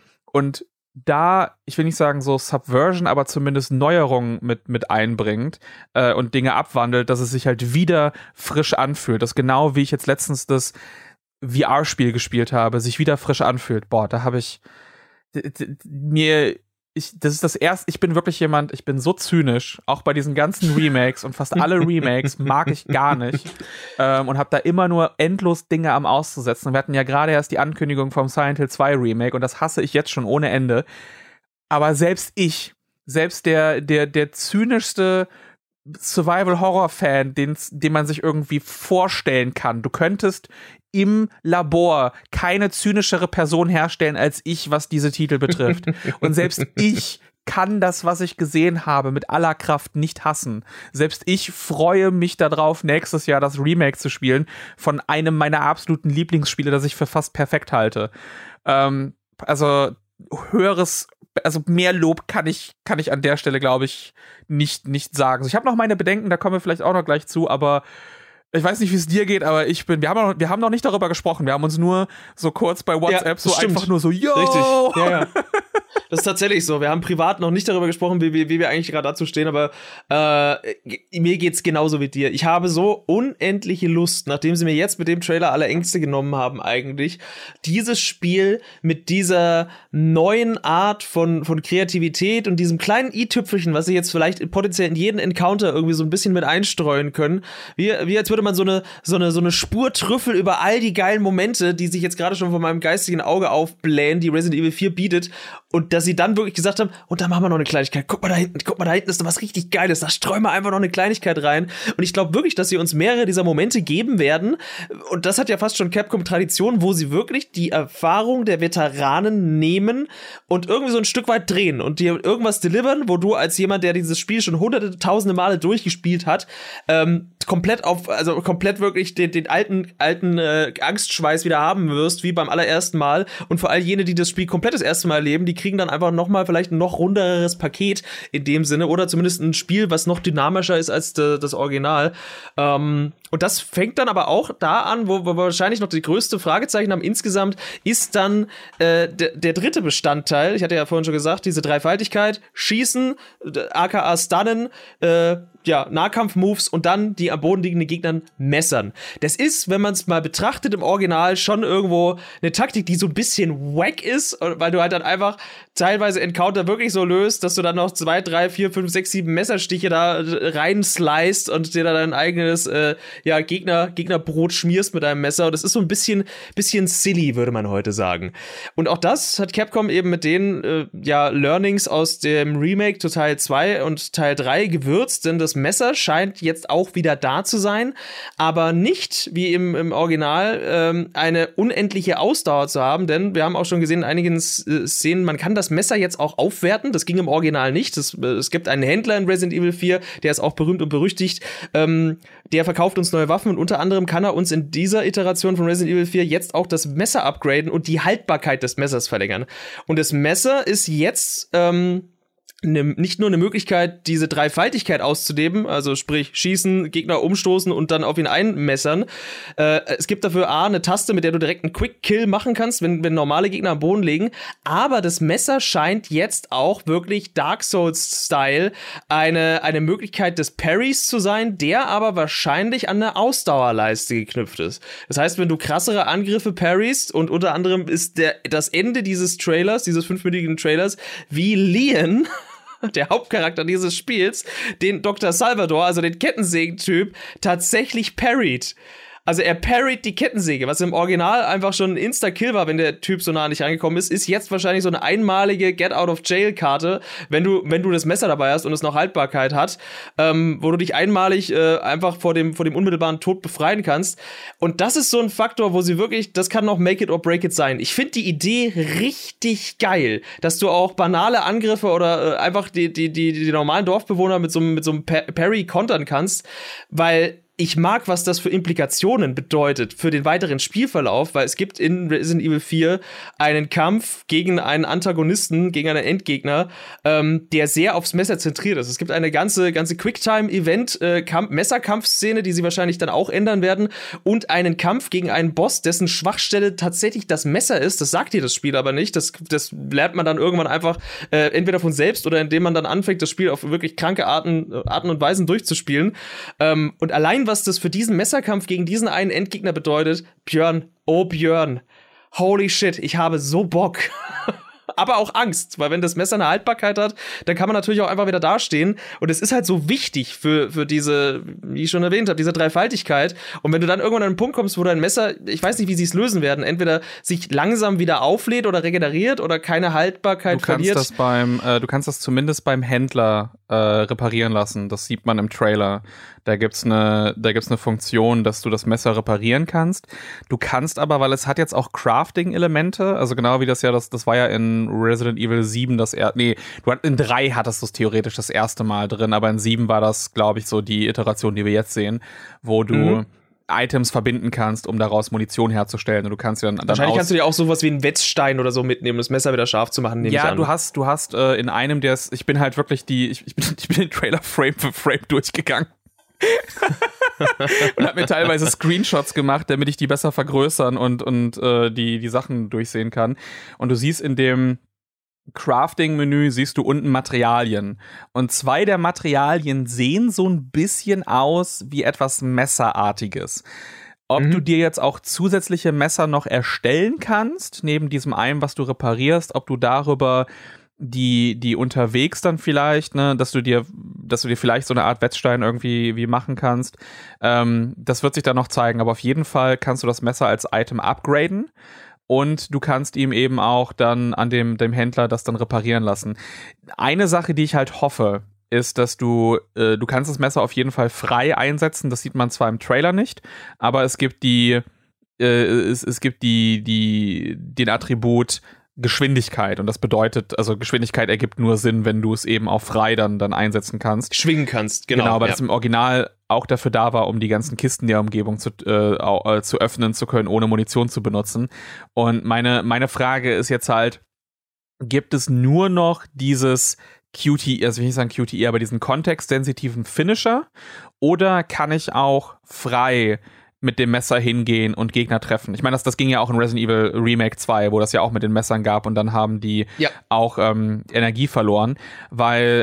Und da, ich will nicht sagen so Subversion, aber zumindest Neuerungen mit, mit einbringt äh, und Dinge abwandelt, dass es sich halt wieder frisch anfühlt. Das genau wie ich jetzt letztens das V R-Spiel gespielt habe, sich wieder frisch anfühlt. Boah, da habe ich d- d- mir Ich, das ist das erste, ich bin wirklich jemand, ich bin so zynisch, auch bei diesen ganzen Remakes und fast alle Remakes mag ich gar nicht ähm, und habe da immer nur endlos Dinge am auszusetzen. Wir hatten ja gerade erst die Ankündigung vom Silent Hill zwei Remake und das hasse ich jetzt schon ohne Ende. Aber selbst ich, selbst der, der, der zynischste Survival-Horror-Fan, den, den man sich irgendwie vorstellen kann. Du könntest im Labor keine zynischere Person herstellen als ich, was diese Titel betrifft. Und selbst ich kann das, was ich gesehen habe, mit aller Kraft nicht hassen. Selbst ich freue mich darauf, nächstes Jahr das Remake zu spielen von einem meiner absoluten Lieblingsspiele, das ich für fast perfekt halte. Ähm, also höheres, also mehr Lob kann ich, kann ich an der Stelle, glaube ich, nicht, nicht sagen. Also ich habe noch meine Bedenken, da kommen wir vielleicht auch noch gleich zu, aber ich weiß nicht, wie es dir geht, aber ich bin, wir haben, noch, wir haben noch nicht darüber gesprochen. Wir haben uns nur so kurz bei WhatsApp ja, so stimmt. einfach nur so, yo! Richtig, ja, ja. Das ist tatsächlich so. Wir haben privat noch nicht darüber gesprochen, wie, wie, wie wir eigentlich gerade dazu stehen, aber äh, mir geht's genauso wie dir. Ich habe so unendliche Lust, nachdem sie mir jetzt mit dem Trailer alle Ängste genommen haben eigentlich, dieses Spiel mit dieser neuen Art von, von Kreativität und diesem kleinen i-Tüpfelchen, was sie jetzt vielleicht potenziell in jeden Encounter irgendwie so ein bisschen mit einstreuen können, wie, wie als würde man so eine, so eine, so eine Spur Trüffel über all die geilen Momente, die sich jetzt gerade schon von meinem geistigen Auge aufblähen, die Resident Evil vier bietet, und dass sie dann wirklich gesagt haben, und da machen wir noch eine Kleinigkeit, guck mal da hinten, guck mal da hinten ist noch was richtig Geiles, da streuen wir einfach noch eine Kleinigkeit rein. Und ich glaube wirklich, dass sie uns mehrere dieser Momente geben werden, und das hat ja fast schon Capcom-Tradition, wo sie wirklich die Erfahrung der Veteranen nehmen und irgendwie so ein Stück weit drehen und dir irgendwas delivern, wo du als jemand, der dieses Spiel schon hunderte, tausende Male durchgespielt hat, ähm, komplett auf, also komplett wirklich den, den alten, alten äh, Angstschweiß wieder haben wirst, wie beim allerersten Mal. Und vor allem jene, die das Spiel komplett das erste Mal erleben, die kriegen dann einfach nochmal vielleicht ein noch runderes Paket in dem Sinne oder zumindest ein Spiel, was noch dynamischer ist als de, das Original. Ähm, und das fängt dann aber auch da an, wo, wo wir wahrscheinlich noch die größte Fragezeichen haben insgesamt, ist dann äh, der, der dritte Bestandteil. Ich hatte ja vorhin schon gesagt, diese Dreifaltigkeit, Schießen, aka Stunnen, äh, ja, Nahkampf-Moves und dann die am Boden liegenden Gegnern messern. Das ist, wenn man es mal betrachtet im Original, schon irgendwo eine Taktik, die so ein bisschen wack ist, weil du halt dann einfach teilweise Encounter wirklich so löst, dass du dann noch zwei, drei, vier, fünf, sechs, sieben Messerstiche da rein sliced und dir dann dein eigenes äh, ja, Gegner, Gegnerbrot schmierst mit deinem Messer. Und das ist so ein bisschen, bisschen silly, würde man heute sagen. Und auch das hat Capcom eben mit den äh, ja, Learnings aus dem Remake zu Teil zwei und Teil drei gewürzt, denn das Messer scheint jetzt auch wieder da zu sein, aber nicht wie im, im Original ähm, eine unendliche Ausdauer zu haben, denn wir haben auch schon gesehen in einigen äh, Szenen, man kann das Messer jetzt auch aufwerten, das ging im Original nicht. Das, äh, es gibt einen Händler in Resident Evil vier, der ist auch berühmt und berüchtigt, ähm, der verkauft uns neue Waffen und unter anderem kann er uns in dieser Iteration von Resident Evil vier jetzt auch das Messer upgraden und die Haltbarkeit des Messers verlängern. Und das Messer ist jetzt ähm, Ne, nicht nur eine Möglichkeit, diese Dreifaltigkeit auszuleben, also sprich schießen, Gegner umstoßen und dann auf ihn einmessern. Äh, es gibt dafür A, eine Taste, mit der du direkt einen Quick-Kill machen kannst, wenn, wenn normale Gegner am Boden liegen. Aber das Messer scheint jetzt auch wirklich Dark Souls-Style eine, eine Möglichkeit des Parries zu sein, der aber wahrscheinlich an eine Ausdauerleiste geknüpft ist. Das heißt, wenn du krassere Angriffe parryst und unter anderem ist der, das Ende dieses Trailers, dieses fünfminütigen Trailers, wie Leon, der Hauptcharakter dieses Spiels, den Doktor Salvador, also den Kettensägen-Typ, tatsächlich parried. Also er parried die Kettensäge, was im Original einfach schon ein Insta-Kill war, wenn der Typ so nah nicht angekommen ist, ist jetzt wahrscheinlich so eine einmalige Get-Out-of-Jail-Karte, wenn du, wenn du das Messer dabei hast und es noch Haltbarkeit hat, ähm, wo du dich einmalig äh, einfach vor dem, vor dem unmittelbaren Tod befreien kannst. Und das ist so ein Faktor, wo sie wirklich, das kann noch Make it or break it sein. Ich finde die Idee richtig geil, dass du auch banale Angriffe oder äh, einfach die, die, die, die normalen Dorfbewohner mit so, mit so einem Parry kontern kannst, weil ich mag, was das für Implikationen bedeutet für den weiteren Spielverlauf, weil es gibt in Resident Evil vier einen Kampf gegen einen Antagonisten, gegen einen Endgegner, ähm, der sehr aufs Messer zentriert ist. Es gibt eine ganze, ganze Quicktime-Event-Messerkampfszene, die sie wahrscheinlich dann auch ändern werden, und einen Kampf gegen einen Boss, dessen Schwachstelle tatsächlich das Messer ist. Das sagt dir das Spiel aber nicht. Das, das lernt man dann irgendwann einfach äh, entweder von selbst oder indem man dann anfängt, das Spiel auf wirklich kranke Arten, Arten und Weisen durchzuspielen. Ähm, und allein was das für diesen Messerkampf gegen diesen einen Endgegner bedeutet, Björn, oh Björn, holy shit, ich habe so Bock. Aber auch Angst, weil wenn das Messer eine Haltbarkeit hat, dann kann man natürlich auch einfach wieder dastehen. Und es ist halt so wichtig für, für diese, wie ich schon erwähnt habe, diese Dreifaltigkeit. Und wenn du dann irgendwann an einen Punkt kommst, wo dein Messer, ich weiß nicht, wie sie es lösen werden, entweder sich langsam wieder auflädt oder regeneriert oder keine Haltbarkeit du kannst verliert. Das beim, äh, du kannst das zumindest beim Händler äh, reparieren lassen. Das sieht man im Trailer. Da gibt's eine, da gibt's eine Funktion, dass du das Messer reparieren kannst. Du kannst aber, weil es hat jetzt auch Crafting-Elemente, also genau wie das ja, das, das war ja in Resident Evil sieben das er, nee, du hat, in drei hattest du es theoretisch das erste Mal drin, aber in sieben war das, glaube ich, so die Iteration, die wir jetzt sehen, wo du mhm. Items verbinden kannst, um daraus Munition herzustellen. Und du kannst ja dann, dann wahrscheinlich kannst du dir auch sowas wie einen Wetzstein oder so mitnehmen, um das Messer wieder scharf zu machen. Ja, du hast, du hast äh, in einem, der ist, ich bin halt wirklich die, ich, ich, bin, ich bin den Trailer Frame für Frame durchgegangen. Und hab mir teilweise Screenshots gemacht, damit ich die besser vergrößern und, und äh, die, die Sachen durchsehen kann. Und du siehst in dem Crafting-Menü siehst du unten Materialien. Und zwei der Materialien sehen so ein bisschen aus wie etwas Messerartiges. Ob mhm. du dir jetzt auch zusätzliche Messer noch erstellen kannst, neben diesem einen, was du reparierst, ob du darüber die, die unterwegs dann vielleicht, ne, dass du dir, dass du dir vielleicht so eine Art Wetzstein irgendwie wie machen kannst. Ähm, das wird sich dann noch zeigen, aber auf jeden Fall kannst du das Messer als Item upgraden. Und du kannst ihm eben auch dann an dem, dem Händler das dann reparieren lassen. Eine Sache, die ich halt hoffe, ist, dass du, äh, du kannst das Messer auf jeden Fall frei einsetzen. Das sieht man zwar im Trailer nicht, aber es gibt die, äh, es, es gibt die, die, den Attribut Geschwindigkeit. Und das bedeutet, also Geschwindigkeit ergibt nur Sinn, wenn du es eben auch frei dann, dann einsetzen kannst. Schwingen kannst, genau. Genau, weil ja. das im Original auch dafür da war, um die ganzen Kisten der Umgebung zu, äh, zu öffnen zu können, ohne Munition zu benutzen. Und meine, meine Frage ist jetzt halt, gibt es nur noch dieses Q T E, also ich will nicht sagen Q T E, aber diesen kontextsensitiven Finisher? Oder kann ich auch frei mit dem Messer hingehen und Gegner treffen? Ich meine, das, das ging ja auch in Resident Evil Remake zwei, wo das ja auch mit den Messern gab und dann haben die ja. auch ähm, Energie verloren, weil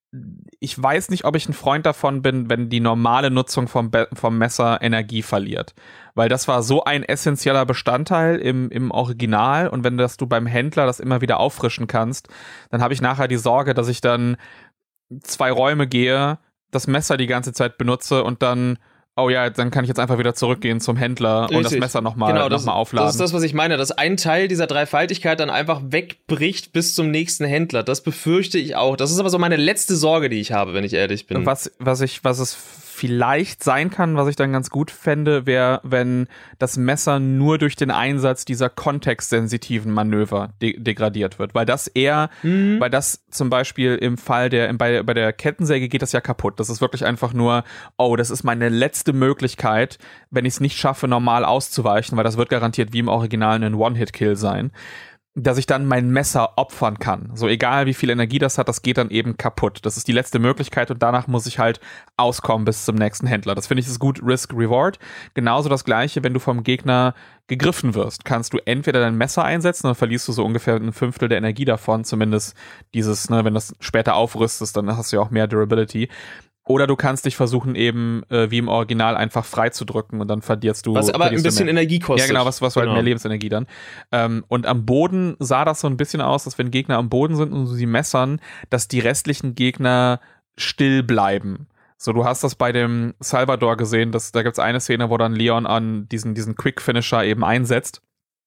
ich weiß nicht, ob ich ein Freund davon bin, wenn die normale Nutzung vom, Be- vom Messer Energie verliert. Weil das war so ein essentieller Bestandteil im, im Original und wenn das du beim Händler das immer wieder auffrischen kannst, dann habe ich nachher die Sorge, dass ich dann zwei Räume gehe, das Messer die ganze Zeit benutze und dann oh ja, dann kann ich jetzt einfach wieder zurückgehen zum Händler Richtig. und das Messer nochmal genau, noch mal aufladen. Das ist das, was ich meine, dass ein Teil dieser Dreifaltigkeit dann einfach wegbricht bis zum nächsten Händler. Das befürchte ich auch. Das ist aber so meine letzte Sorge, die ich habe, wenn ich ehrlich bin. Was, was, ich, was es vielleicht sein kann, was ich dann ganz gut fände, wäre, wenn das Messer nur durch den Einsatz dieser kontextsensitiven Manöver de- degradiert wird. Weil das eher, mhm. weil das zum Beispiel im Fall der, bei, bei der Kettensäge geht das ja kaputt. Das ist wirklich einfach nur, oh, das ist meine letzte Möglichkeit, wenn ich es nicht schaffe, normal auszuweichen, weil das wird garantiert wie im Original ein One-Hit-Kill sein, dass ich dann mein Messer opfern kann. So egal, wie viel Energie das hat, das geht dann eben kaputt. Das ist die letzte Möglichkeit und danach muss ich halt auskommen bis zum nächsten Händler. Das finde ich ist gut Risk-Reward. Genauso das Gleiche, wenn du vom Gegner gegriffen wirst, kannst du entweder dein Messer einsetzen, dann verlierst du so ungefähr ein Fünftel der Energie davon, zumindest dieses, ne, wenn das später aufrüstest, dann hast du ja auch mehr Durability. Oder du kannst dich versuchen, eben äh, wie im Original einfach frei zu drücken und dann verlierst du. Was aber ein bisschen Energie kostet. Ja, genau, was, was genau. halt mehr Lebensenergie dann. Ähm, und am Boden sah das so ein bisschen aus, dass wenn Gegner am Boden sind und sie messern, dass die restlichen Gegner still bleiben. So, du hast das bei dem Salvador gesehen, dass, da gibt's eine Szene, wo dann Leon an diesen, diesen Quick-Finisher eben einsetzt.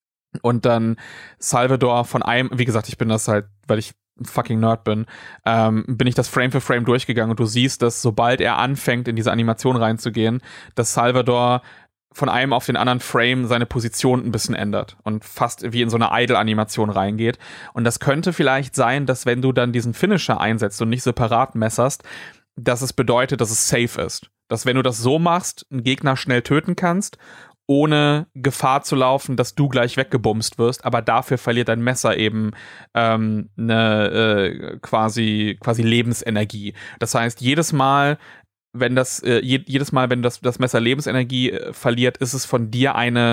Und dann Salvador von einem, wie gesagt, ich bin das halt, weil ich fucking Nerd bin, ähm, bin ich das Frame für Frame durchgegangen und du siehst, dass sobald er anfängt, in diese Animation reinzugehen, dass Salvador von einem auf den anderen Frame seine Position ein bisschen ändert und fast wie in so eine Idle-Animation reingeht. Und das könnte vielleicht sein, dass wenn du dann diesen Finisher einsetzt und nicht separat messerst, dass es bedeutet, dass es safe ist. Dass wenn du das so machst, einen Gegner schnell töten kannst, ohne Gefahr zu laufen, dass du gleich weggebumst wirst, aber dafür verliert dein Messer eben ähm, eine äh, quasi, quasi Lebensenergie. Das heißt, jedes Mal, wenn das, äh, je, jedes Mal, wenn das, das Messer Lebensenergie äh, verliert, ist es von dir eine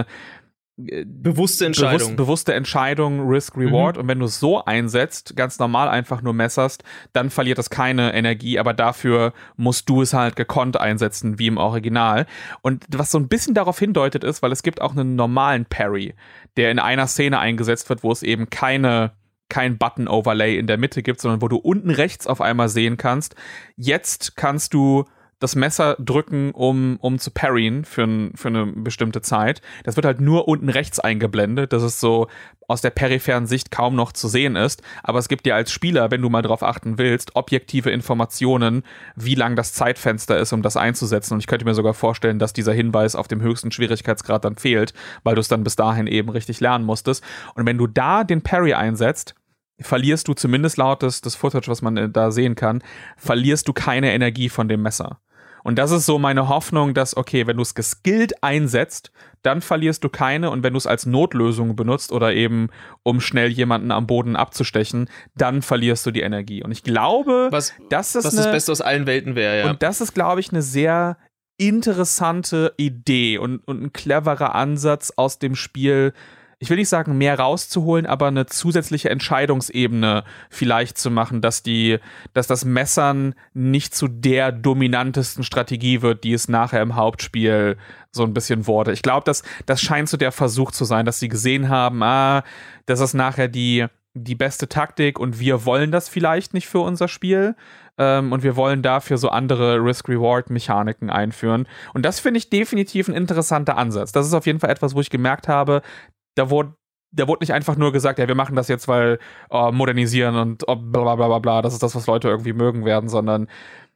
bewusste Entscheidung. Bewusst, bewusste Entscheidung, Risk-Reward. Mhm. Und wenn du es so einsetzt, ganz normal einfach nur messerst, dann verliert das keine Energie, aber dafür musst du es halt gekonnt einsetzen, wie im Original. Und was so ein bisschen darauf hindeutet ist, weil es gibt auch einen normalen Parry, der in einer Szene eingesetzt wird, wo es eben keine kein Button-Overlay in der Mitte gibt, sondern wo du unten rechts auf einmal sehen kannst, jetzt kannst du das Messer drücken, um, um zu parryen für, ein, für eine bestimmte Zeit. Das wird halt nur unten rechts eingeblendet, dass es so aus der peripheren Sicht kaum noch zu sehen ist. Aber es gibt dir als Spieler, wenn du mal drauf achten willst, objektive Informationen, wie lang das Zeitfenster ist, um das einzusetzen. Und ich könnte mir sogar vorstellen, dass dieser Hinweis auf dem höchsten Schwierigkeitsgrad dann fehlt, weil du es dann bis dahin eben richtig lernen musstest. Und wenn du da den Parry einsetzt, verlierst du zumindest laut des, des Footage, was man da sehen kann, verlierst du keine Energie von dem Messer. Und das ist so meine Hoffnung, dass, okay, wenn du es geskillt einsetzt, dann verlierst du keine und wenn du es als Notlösung benutzt oder eben um schnell jemanden am Boden abzustechen, dann verlierst du die Energie. Und ich glaube, was, dass das, was eine, das Beste aus allen Welten wäre, ja. Und das ist, glaube ich, eine sehr interessante Idee und, und ein cleverer Ansatz aus dem Spiel, ich will nicht sagen, mehr rauszuholen, aber eine zusätzliche Entscheidungsebene vielleicht zu machen, dass die, dass das Messern nicht zu der dominantesten Strategie wird, die es nachher im Hauptspiel so ein bisschen wurde. Ich glaube, das, das scheint so der Versuch zu sein, dass sie gesehen haben, ah, das ist nachher die, die beste Taktik und wir wollen das vielleicht nicht für unser Spiel. Ähm, und wir wollen dafür so andere Risk-Reward-Mechaniken einführen. Und das finde ich definitiv ein interessanter Ansatz. Das ist auf jeden Fall etwas, wo ich gemerkt habe, Da wurde, da wurde nicht einfach nur gesagt, ja, wir machen das jetzt, weil oh, modernisieren und oh, bla bla bla bla, das ist das, was Leute irgendwie mögen werden, sondern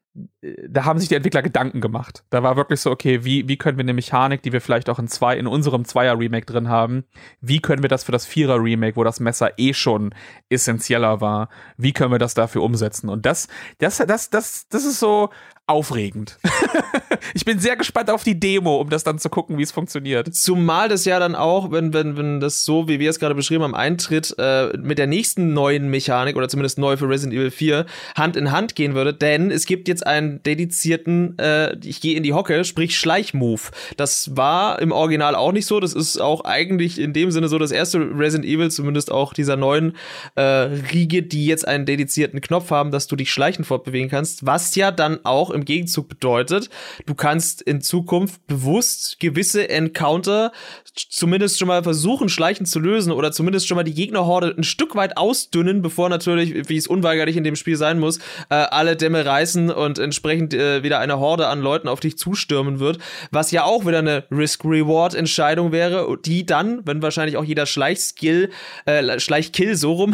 da haben sich die Entwickler Gedanken gemacht. Da war wirklich so, okay, wie, wie können wir eine Mechanik, die wir vielleicht auch in zwei, in unserem Zweier-Remake drin haben, wie können wir das für das Vierer-Remake, wo das Messer eh schon essentieller war, wie können wir das dafür umsetzen? Und das, das, das, das, das ist so aufregend. Ich bin sehr gespannt auf die Demo, um das dann zu gucken, wie es funktioniert. Zumal das ja dann auch, wenn, wenn, wenn das so, wie wir es gerade beschrieben haben, eintritt, äh, mit der nächsten neuen Mechanik, oder zumindest neu für Resident Evil vier, Hand in Hand gehen würde, denn es gibt jetzt einen dedizierten, äh, ich gehe in die Hocke, sprich Schleichmove. Das war im Original auch nicht so, das ist auch eigentlich in dem Sinne so das erste Resident Evil, zumindest auch dieser neuen äh, Riege, die jetzt einen dedizierten Knopf haben, dass du dich schleichend fortbewegen kannst, was ja dann auch im Gegenzug bedeutet, du kannst in Zukunft bewusst gewisse Encounter zumindest schon mal versuchen, schleichend zu lösen oder zumindest schon mal die Gegnerhorde ein Stück weit ausdünnen, bevor natürlich, wie es unweigerlich in dem Spiel sein muss, äh, alle Dämme reißen und entsprechend äh, wieder eine Horde an Leuten auf dich zustürmen wird, was ja auch wieder eine Risk-Reward-Entscheidung wäre, die dann, wenn wahrscheinlich auch jeder Schleichskill, äh, Schleichkill so rum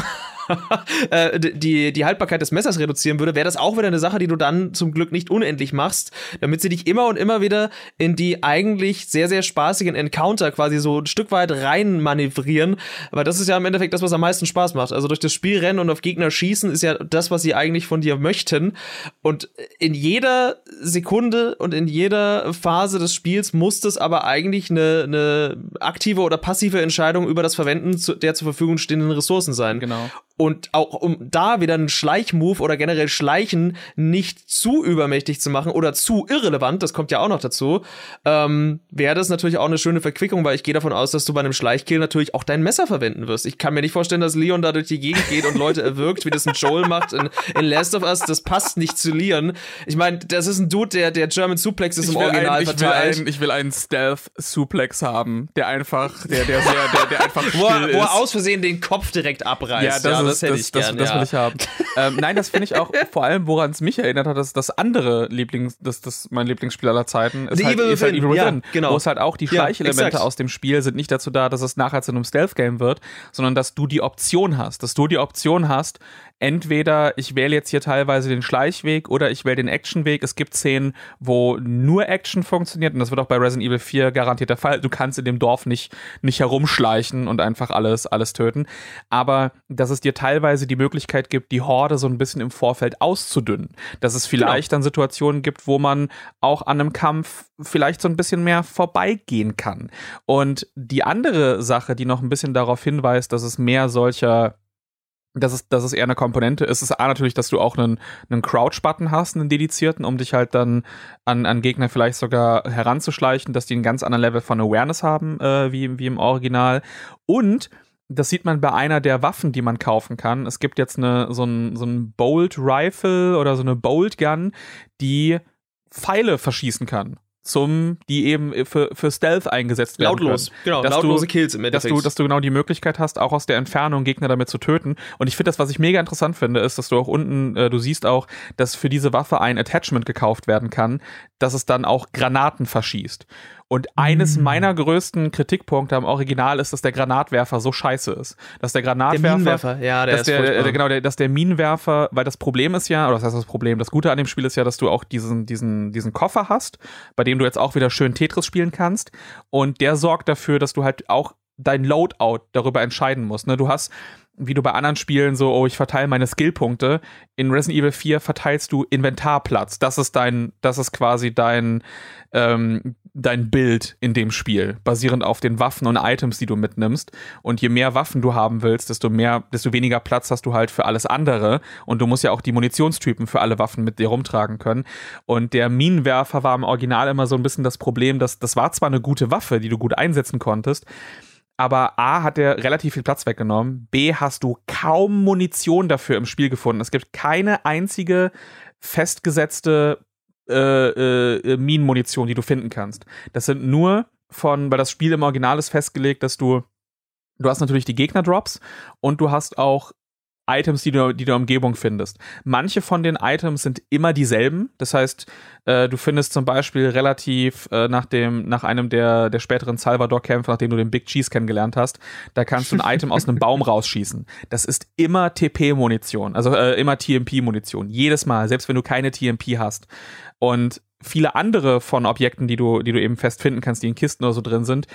die, die Haltbarkeit des Messers reduzieren würde, wäre das auch wieder eine Sache, die du dann zum Glück nicht unendlich machst, damit sie dich immer und immer wieder in die eigentlich sehr, sehr spaßigen Encounter quasi so ein Stück weit rein manövrieren. Aber das ist ja im Endeffekt das, was am meisten Spaß macht. Also durch das Spiel rennen und auf Gegner schießen ist ja das, was sie eigentlich von dir möchten. Und in jeder Sekunde und in jeder Phase des Spiels muss das aber eigentlich eine, eine aktive oder passive Entscheidung über das Verwenden der zur Verfügung stehenden Ressourcen sein. Genau. Und auch um da wieder einen Schleichmove oder generell Schleichen nicht zu übermächtig zu machen oder zu irrelevant, das kommt ja auch noch dazu, ähm, wäre das natürlich auch eine schöne Verquickung, weil ich gehe davon aus, dass du bei einem Schleichkill natürlich auch dein Messer verwenden wirst. Ich kann mir nicht vorstellen, dass Leon da durch die Gegend geht und Leute erwürgt, wie das ein Joel macht in, in Last of Us. Das passt nicht zu Leon. Ich meine, das ist ein Dude, der, der German Suplex ist im Original ein, ich verteilt. Will ein, ich will einen Stealth-Suplex haben, der einfach, der, der, sehr, der, der einfach still wo, er, ist. wo er aus Versehen den Kopf direkt abreißt. Ja, das, ja, ist, das hätte das, ich das, gern, das ja. will ich haben. ähm, nein, das finde ich auch, vor allem, woran es mich erinnert hat, dass das andere Lieblings, das, das mein Lieblingsspiel aller Zeiten ist, The halt, Evil ist halt Within. Evil Within, Ja, genau. wo es halt auch die Ja, Schleichelemente exakt. aus dem Spiel sind nicht dazu da, dass es nachher zu einem Stealth-Game wird, sondern dass du die Option hast, dass du die Option hast, entweder ich wähle jetzt hier teilweise den Schleichweg oder ich wähle den Actionweg. Es gibt Szenen, wo nur Action funktioniert und das wird auch bei Resident Evil vier garantiert der Fall. Du kannst in dem Dorf nicht, nicht herumschleichen und einfach alles, alles töten. Aber dass es dir teilweise die Möglichkeit gibt, die Horde so ein bisschen im Vorfeld auszudünnen. Dass es vielleicht genau. dann Situationen gibt, wo man auch an einem Kampf vielleicht so ein bisschen mehr vorbeigehen kann. Und die andere Sache, die noch ein bisschen darauf hinweist, dass es mehr solcher dass es, dass es eher eine Komponente ist, ist A natürlich, dass du auch einen, einen Crouch-Button hast, einen dedizierten, um dich halt dann an, an Gegner vielleicht sogar heranzuschleichen, dass die einen ganz anderen Level von Awareness haben, äh, wie, wie im Original. Und das sieht man bei einer der Waffen, die man kaufen kann. Es gibt jetzt eine, so ein, so ein Bolt-Rifle oder so eine Bolt-Gun, die Pfeile verschießen kann. Zum, die eben für, für Stealth eingesetzt werden. Lautlos, können. genau, dass lautlose du, Kills im Endeffekt. Dass du, dass du genau die Möglichkeit hast, auch aus der Entfernung Gegner damit zu töten. Und ich finde das, was ich mega interessant finde, ist, dass du auch unten, äh, du siehst auch, dass für diese Waffe ein Attachment gekauft werden kann, dass es dann auch Granaten verschießt. Und eines mm. meiner größten Kritikpunkte am Original ist, dass der Granatwerfer so scheiße ist. Dass der Granatwerfer, der Minenwerfer, ja, der ist der, der, genau, der, dass der Minenwerfer, weil das Problem ist ja, oder das heißt das Problem, das Gute an dem Spiel ist ja, dass du auch diesen, diesen, diesen Koffer hast, bei dem du jetzt auch wieder schön Tetris spielen kannst. Und der sorgt dafür, dass du halt auch dein Loadout darüber entscheiden musst. Ne? Du hast, wie du bei anderen Spielen so, oh, ich verteile meine Skillpunkte. In Resident Evil vier verteilst du Inventarplatz. Das ist dein, das ist quasi dein, ähm, dein Bild in dem Spiel, basierend auf den Waffen und Items, die du mitnimmst. Und je mehr Waffen du haben willst, desto mehr, desto weniger Platz hast du halt für alles andere. Und du musst ja auch die Munitionstypen für alle Waffen mit dir rumtragen können. Und der Minenwerfer war im Original immer so ein bisschen das Problem, dass das war zwar eine gute Waffe, die du gut einsetzen konntest, aber A, hat der relativ viel Platz weggenommen, B, hast du kaum Munition dafür im Spiel gefunden. Es gibt keine einzige festgesetzte äh, äh, Minenmunition, die du finden kannst. Das sind nur von, weil das Spiel im Original ist festgelegt, dass du, du hast natürlich die Gegner-Drops und du hast auch Items, die du, die du in der Umgebung findest. Manche von den Items sind immer dieselben. Das heißt, äh, du findest zum Beispiel relativ äh, nach dem, nach einem der, der späteren Salvador-Kämpfe, nachdem du den Big Cheese kennengelernt hast, da kannst du ein Item aus einem Baum rausschießen. Das ist immer T P-Munition, also äh, immer T M P-Munition. Jedes Mal, selbst wenn du keine T M P hast. Und viele andere von Objekten, die du, die du eben fest finden kannst, die in Kisten oder so drin sind,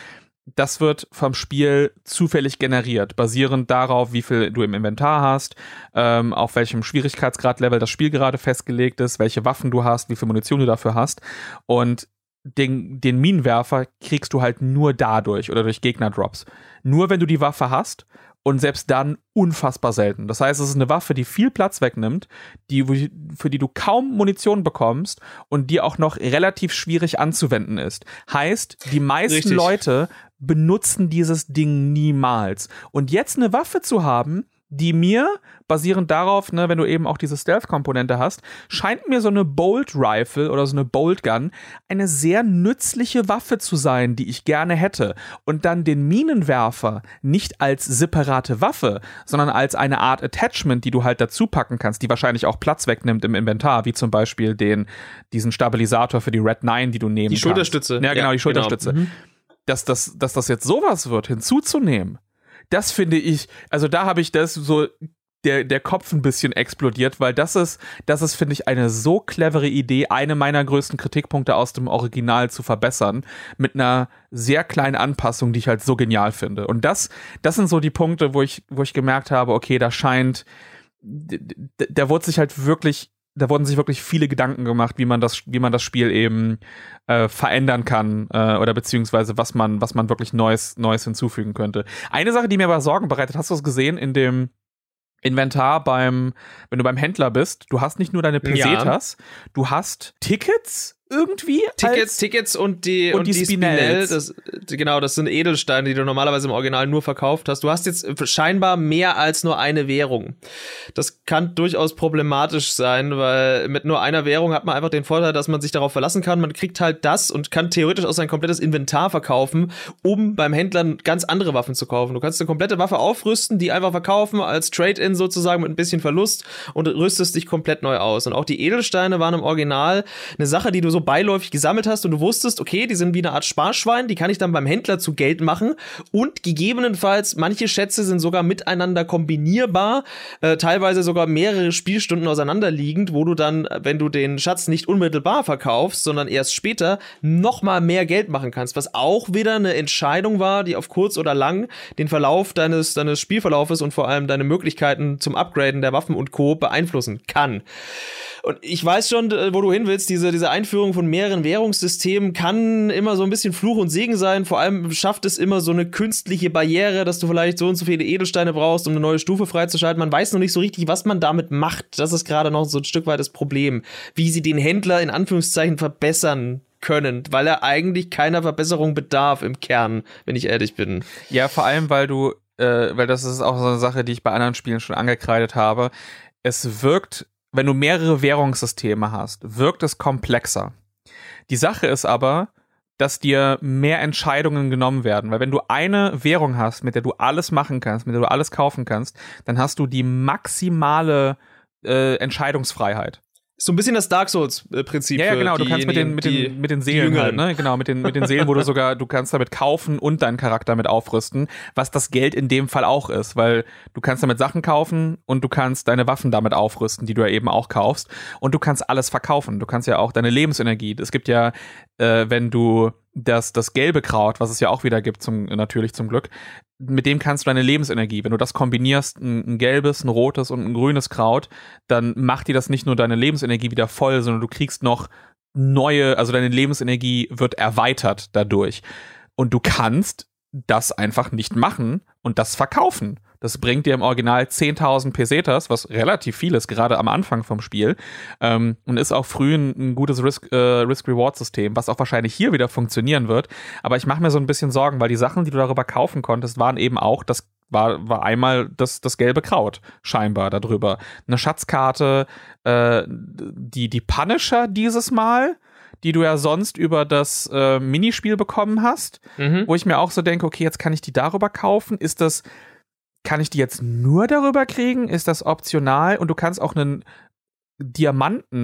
das wird vom Spiel zufällig generiert, basierend darauf, wie viel du im Inventar hast, ähm, auf welchem Schwierigkeitsgrad-Level das Spiel gerade festgelegt ist, welche Waffen du hast, wie viel Munition du dafür hast. Und den, den Minenwerfer kriegst du halt nur dadurch oder durch Gegner-Drops. Nur wenn du die Waffe hast. Und selbst dann unfassbar selten. Das heißt, es ist eine Waffe, die viel Platz wegnimmt, die, für die du kaum Munition bekommst und die auch noch relativ schwierig anzuwenden ist. Heißt, die meisten Richtig. Leute benutzen dieses Ding niemals. Und jetzt eine Waffe zu haben, die mir, basierend darauf, ne, wenn du eben auch diese Stealth-Komponente hast, scheint mir so eine Bolt-Rifle oder so eine Bolt-Gun eine sehr nützliche Waffe zu sein, die ich gerne hätte. Und dann den Minenwerfer nicht als separate Waffe, sondern als eine Art Attachment, die du halt dazu packen kannst, die wahrscheinlich auch Platz wegnimmt im Inventar, wie zum Beispiel den, diesen Stabilisator für die Red neun, die du nehmen die kannst. Schulterstütze. Ja, genau, ja, die Schulterstütze. Genau. Mhm. Dass, das, dass das jetzt sowas wird, hinzuzunehmen, das finde ich, also da habe ich das so, der, der Kopf ein bisschen explodiert, weil das ist, das ist, finde ich, eine so clevere Idee, eine meiner größten Kritikpunkte aus dem Original zu verbessern, mit einer sehr kleinen Anpassung, die ich halt so genial finde. Und das, das sind so die Punkte, wo ich, wo ich gemerkt habe, okay, da scheint, da wurde sich halt wirklich, da wurden sich wirklich viele Gedanken gemacht, wie man das, wie man das Spiel eben äh, verändern kann äh, oder beziehungsweise was man, was man wirklich Neues, Neues hinzufügen könnte. Eine Sache, die mir aber Sorgen bereitet, hast du es gesehen in dem Inventar beim, wenn du beim Händler bist, du hast nicht nur deine Pesetas, ja. du hast Tickets irgendwie. Tickets, Tickets und die, und und die, die Spinels. Spinel, das, genau, das sind Edelsteine, die du normalerweise im Original nur verkauft hast. Du hast jetzt scheinbar mehr als nur eine Währung. Das kann durchaus problematisch sein, weil mit nur einer Währung hat man einfach den Vorteil, dass man sich darauf verlassen kann. Man kriegt halt das und kann theoretisch auch sein komplettes Inventar verkaufen, um beim Händler ganz andere Waffen zu kaufen. Du kannst eine komplette Waffe aufrüsten, die einfach verkaufen als Trade-in sozusagen mit ein bisschen Verlust und rüstest dich komplett neu aus. Und auch die Edelsteine waren im Original eine Sache, die du so beiläufig gesammelt hast und du wusstest, okay, die sind wie eine Art Sparschwein, die kann ich dann beim Händler zu Geld machen und gegebenenfalls, manche Schätze sind sogar miteinander kombinierbar, äh, teilweise sogar mehrere Spielstunden auseinanderliegend, wo du dann, wenn du den Schatz nicht unmittelbar verkaufst, sondern erst später, nochmal mehr Geld machen kannst, was auch wieder eine Entscheidung war, die auf kurz oder lang den Verlauf deines, deines Spielverlaufes und vor allem deine Möglichkeiten zum Upgraden der Waffen und Co. beeinflussen kann. Und ich weiß schon, wo du hin willst, diese, diese Einführung von mehreren Währungssystemen kann immer so ein bisschen Fluch und Segen sein. Vor allem schafft es immer so eine künstliche Barriere, dass du vielleicht so und so viele Edelsteine brauchst, um eine neue Stufe freizuschalten. Man weiß noch nicht so richtig, was man damit macht. Das ist gerade noch so ein Stück weit das Problem. Wie sie den Händler in Anführungszeichen verbessern können, weil er eigentlich keiner Verbesserung bedarf im Kern, wenn ich ehrlich bin. Ja, vor allem, weil du, äh, weil das ist auch so eine Sache, die ich bei anderen Spielen schon angekreidet habe. Es wirkt, wenn du mehrere Währungssysteme hast, wirkt es komplexer. Die Sache ist aber, dass dir mehr Entscheidungen genommen werden, weil wenn du eine Währung hast, mit der du alles machen kannst, mit der du alles kaufen kannst, dann hast du die maximale äh, Entscheidungsfreiheit. So ein bisschen das Dark Souls-Prinzip. Ja, ja, genau, du kannst mit den, mit den, mit den Seelen halt, ne? Genau, mit den, mit den Seelen, wo du sogar, du kannst damit kaufen und deinen Charakter mit aufrüsten, was das Geld in dem Fall auch ist, weil du kannst damit Sachen kaufen und du kannst deine Waffen damit aufrüsten, die du ja eben auch kaufst, und du kannst alles verkaufen. Du kannst ja auch deine Lebensenergie, es gibt ja, äh, wenn du das, das gelbe Kraut, was es ja auch wieder gibt, zum, natürlich zum Glück, mit dem kannst du deine Lebensenergie, wenn du das kombinierst, ein, ein gelbes, ein rotes und ein grünes Kraut, dann macht dir das nicht nur deine Lebensenergie wieder voll, sondern du kriegst noch neue, also deine Lebensenergie wird erweitert dadurch. Und du kannst das einfach nicht machen und das verkaufen. Das bringt dir im Original zehntausend Pesetas, was relativ viel ist, gerade am Anfang vom Spiel. Ähm, und ist auch früh ein, ein gutes Risk, äh, Risk-Reward-System, was auch wahrscheinlich hier wieder funktionieren wird. Aber ich mache mir so ein bisschen Sorgen, weil die Sachen, die du darüber kaufen konntest, waren eben auch, das war, war einmal das, das gelbe Kraut, scheinbar, darüber. Eine Schatzkarte, äh, die, die Punisher dieses Mal, die du ja sonst über das äh, Minispiel bekommen hast, mhm. wo ich mir auch so denke, okay, jetzt kann ich die darüber kaufen. Ist das Kann ich die jetzt nur darüber kriegen? Ist das optional? Und du kannst auch einen Diamanten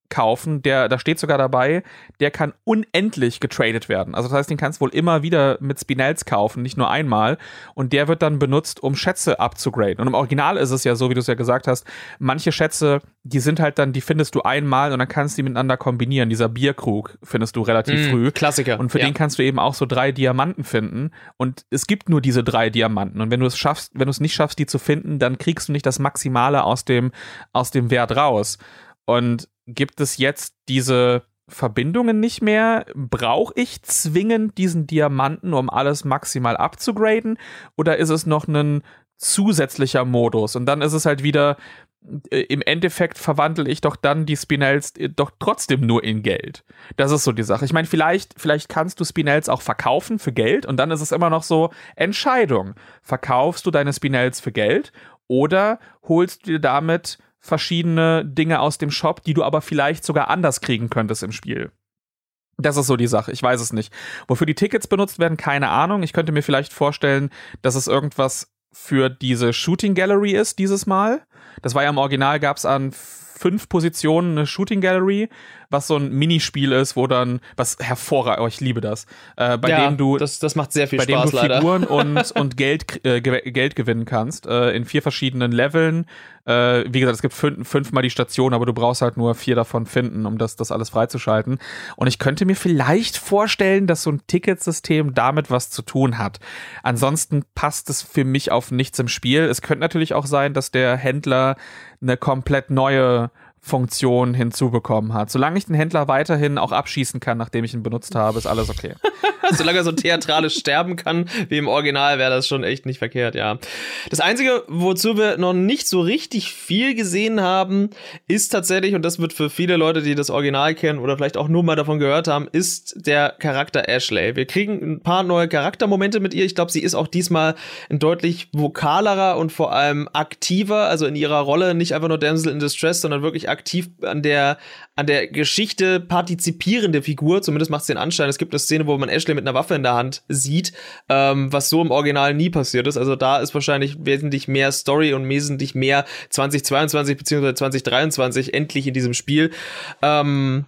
kaufen, der, da steht sogar dabei, der kann unendlich getradet werden. Also das heißt, den kannst du wohl immer wieder mit Spinels kaufen, nicht nur einmal. Und der wird dann benutzt, um Schätze abzugraden. Und im Original ist es ja so, wie du es ja gesagt hast, manche Schätze, die sind halt dann, die findest du einmal und dann kannst du die miteinander kombinieren. Dieser Bierkrug findest du relativ mm, früh. Klassiker. Und für ja. den kannst du eben auch so drei Diamanten finden. Und es gibt nur diese drei Diamanten. Und wenn du es schaffst, wenn du es nicht schaffst, die zu finden, dann kriegst du nicht das Maximale aus dem, aus dem Wert raus. Und gibt es jetzt diese Verbindungen nicht mehr? Brauche ich zwingend diesen Diamanten, um alles maximal abzugraden? Oder ist es noch ein zusätzlicher Modus? Und dann ist es halt wieder, äh, im Endeffekt verwandle ich doch dann die Spinels äh, doch trotzdem nur in Geld. Das ist so die Sache. Ich meine, vielleicht, vielleicht kannst du Spinels auch verkaufen für Geld und dann ist es immer noch so, Entscheidung. Verkaufst du deine Spinels für Geld oder holst du dir damit verschiedene Dinge aus dem Shop, die du aber vielleicht sogar anders kriegen könntest im Spiel. Das ist so die Sache, ich weiß es nicht. Wofür die Tickets benutzt werden, keine Ahnung. Ich könnte mir vielleicht vorstellen, dass es irgendwas für diese Shooting Gallery ist dieses Mal. Das war ja im Original, gab es an fünf Positionen eine Shooting Gallery, was so ein Minispiel ist, wo dann, was hervorragend, oh, ich liebe das, äh, bei ja, dem du, das, das macht sehr viel bei Spaß, dem du leider. Figuren und, und Geld, äh, Geld gewinnen kannst, äh, in vier verschiedenen Leveln. Äh, wie gesagt, es gibt fünf, fünfmal die Station, aber du brauchst halt nur vier davon finden, um das, das alles freizuschalten. Und ich könnte mir vielleicht vorstellen, dass so ein Ticketsystem damit was zu tun hat. Ansonsten passt es für mich auf nichts im Spiel. Es könnte natürlich auch sein, dass der Händler eine komplett neue Funktion hinzubekommen hat. Solange ich den Händler weiterhin auch abschießen kann, nachdem ich ihn benutzt habe, ist alles okay. Solange er so theatralisch sterben kann, wie im Original, wäre das schon echt nicht verkehrt, ja. Das Einzige, wozu wir noch nicht so richtig viel gesehen haben, ist tatsächlich, und das wird für viele Leute, die das Original kennen oder vielleicht auch nur mal davon gehört haben, ist der Charakter Ashley. Wir kriegen ein paar neue Charaktermomente mit ihr. Ich glaube, sie ist auch diesmal ein deutlich vokalerer und vor allem aktiver, also in ihrer Rolle nicht einfach nur Damsel in Distress, sondern wirklich aktiv an der, an der Geschichte partizipierende Figur. Zumindest macht es den Anschein. Es gibt eine Szene, wo man Ashley mit einer Waffe in der Hand sieht, ähm, was so im Original nie passiert ist. Also da ist wahrscheinlich wesentlich mehr Story und wesentlich mehr zweitausendzweiundzwanzig bzw. zweitausenddreiundzwanzig endlich in diesem Spiel. Ähm,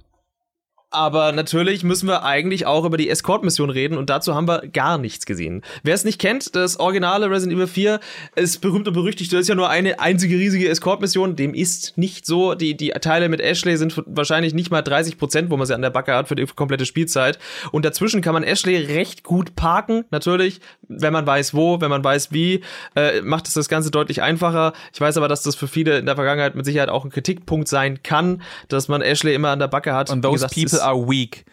Aber natürlich müssen wir eigentlich auch über die Escort-Mission reden und dazu haben wir gar nichts gesehen. Wer es nicht kennt, das originale Resident Evil vier ist berühmt und berüchtigt. Das ist ja nur eine einzige riesige Escort-Mission. Dem ist nicht so. Die, die Teile mit Ashley sind wahrscheinlich nicht mal dreißig Prozent, wo man sie an der Backe hat für die komplette Spielzeit. Und dazwischen kann man Ashley recht gut parken. Natürlich, wenn man weiß wo, wenn man weiß wie, äh, macht es das Ganze deutlich einfacher. Ich weiß aber, dass das für viele in der Vergangenheit mit Sicherheit auch ein Kritikpunkt sein kann, dass man Ashley immer an der Backe hat. Und those gesagt, people are weak.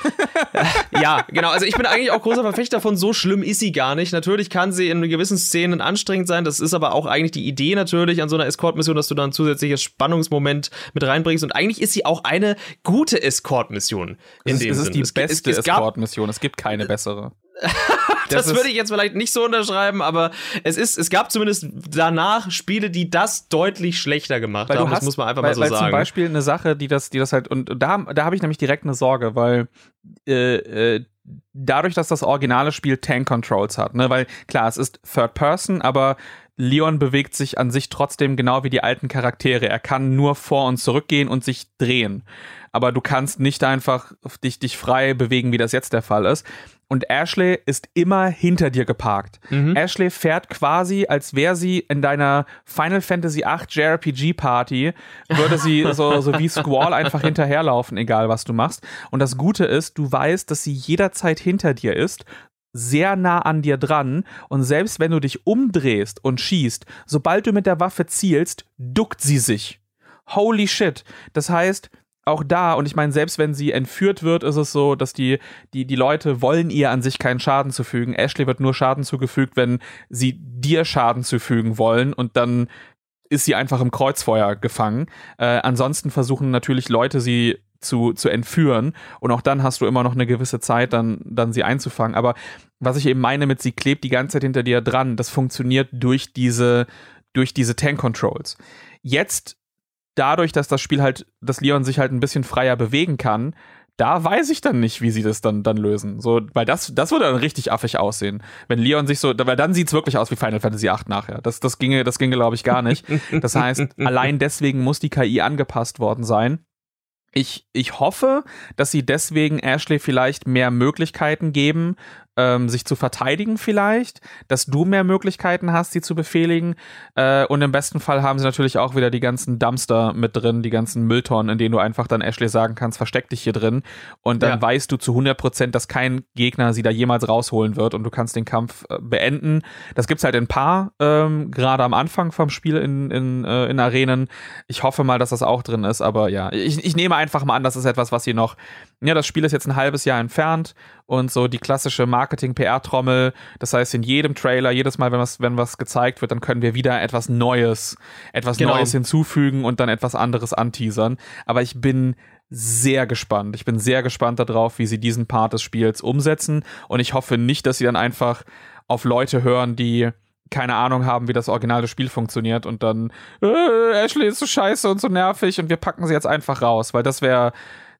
Ja, genau. Also ich bin eigentlich auch großer Verfechter von, so schlimm ist sie gar nicht. Natürlich kann sie in gewissen Szenen anstrengend sein. Das ist aber auch eigentlich die Idee natürlich an so einer Escort-Mission, dass du da ein zusätzliches Spannungsmoment mit reinbringst. Und eigentlich ist sie auch eine gute Escort-Mission. Es ist, es ist die es, beste Escort-Mission. Es gibt keine bessere. Das, das würde ich jetzt vielleicht nicht so unterschreiben, aber es ist, es gab zumindest danach Spiele, die das deutlich schlechter gemacht haben. Hast, das muss man einfach weil, mal so weil sagen. Zum Beispiel eine Sache, die das, die das halt, und da, da habe ich nämlich direkt eine Sorge, weil äh, äh, dadurch, dass das originale Spiel Tank Controls hat, ne, weil klar, es ist Third Person, aber Leon bewegt sich an sich trotzdem genau wie die alten Charaktere. Er kann nur vor und zurück gehen und sich drehen. Aber du kannst nicht einfach dich, dich frei bewegen, wie das jetzt der Fall ist. Und Ashley ist immer hinter dir geparkt. Mhm. Ashley fährt quasi, als wäre sie in deiner Final Fantasy acht J R P G Party, würde sie so, so wie Squall einfach hinterherlaufen, egal was du machst. Und das Gute ist, du weißt, dass sie jederzeit hinter dir ist, sehr nah an dir dran, und selbst wenn du dich umdrehst und schießt, sobald du mit der Waffe zielst, duckt sie sich. Holy shit. Das heißt, auch da, und ich meine, selbst wenn sie entführt wird, ist es so, dass die, die, die Leute wollen ihr an sich keinen Schaden zufügen. Ashley wird nur Schaden zugefügt, wenn sie dir Schaden zufügen wollen, und dann ist sie einfach im Kreuzfeuer gefangen. Äh, ansonsten versuchen natürlich Leute, sie zu, zu entführen, und auch dann hast du immer noch eine gewisse Zeit, dann, dann sie einzufangen. Aber was ich eben meine mit, sie klebt die ganze Zeit hinter dir dran, das funktioniert durch diese, durch diese Tank-Controls. Jetzt, dadurch, dass das Spiel halt, dass Leon sich halt ein bisschen freier bewegen kann, da weiß ich dann nicht, wie sie das dann, dann lösen. So, weil das, das würde dann richtig affig aussehen. Wenn Leon sich so, weil dann sieht's wirklich aus wie Final Fantasy acht nachher. Das, das ginge, das ginge, glaube ich, gar nicht. Das heißt, allein deswegen muss die K I angepasst worden sein. Ich, ich hoffe, dass sie deswegen Ashley vielleicht mehr Möglichkeiten geben, ähm, sich zu verteidigen vielleicht, dass du mehr Möglichkeiten hast, sie zu befehligen. Äh, und im besten Fall haben sie natürlich auch wieder die ganzen Dumpster mit drin, die ganzen Mülltonnen, in denen du einfach dann Ashley sagen kannst, versteck dich hier drin. Und dann ja. weißt du zu hundert Prozent, dass kein Gegner sie da jemals rausholen wird und du kannst den Kampf äh, beenden. Das gibt's halt in ein paar, ähm, gerade am Anfang vom Spiel in, in, äh, in Arenen. Ich hoffe mal, dass das auch drin ist, aber ja, ich, ich nehme einfach mal an, das ist etwas, was sie noch, ja, das Spiel ist jetzt ein halbes Jahr entfernt und so die klassische Marketing-P R-Trommel, das heißt in jedem Trailer, jedes Mal, wenn was, wenn was gezeigt wird, dann können wir wieder etwas Neues, etwas genau. Neues hinzufügen und dann etwas anderes anteasern, aber ich bin sehr gespannt, ich bin sehr gespannt darauf, wie sie diesen Part des Spiels umsetzen und ich hoffe nicht, dass sie dann einfach auf Leute hören, die keine Ahnung haben, wie das originale Spiel funktioniert und dann äh, Ashley ist so scheiße und so nervig und wir packen sie jetzt einfach raus, weil das wäre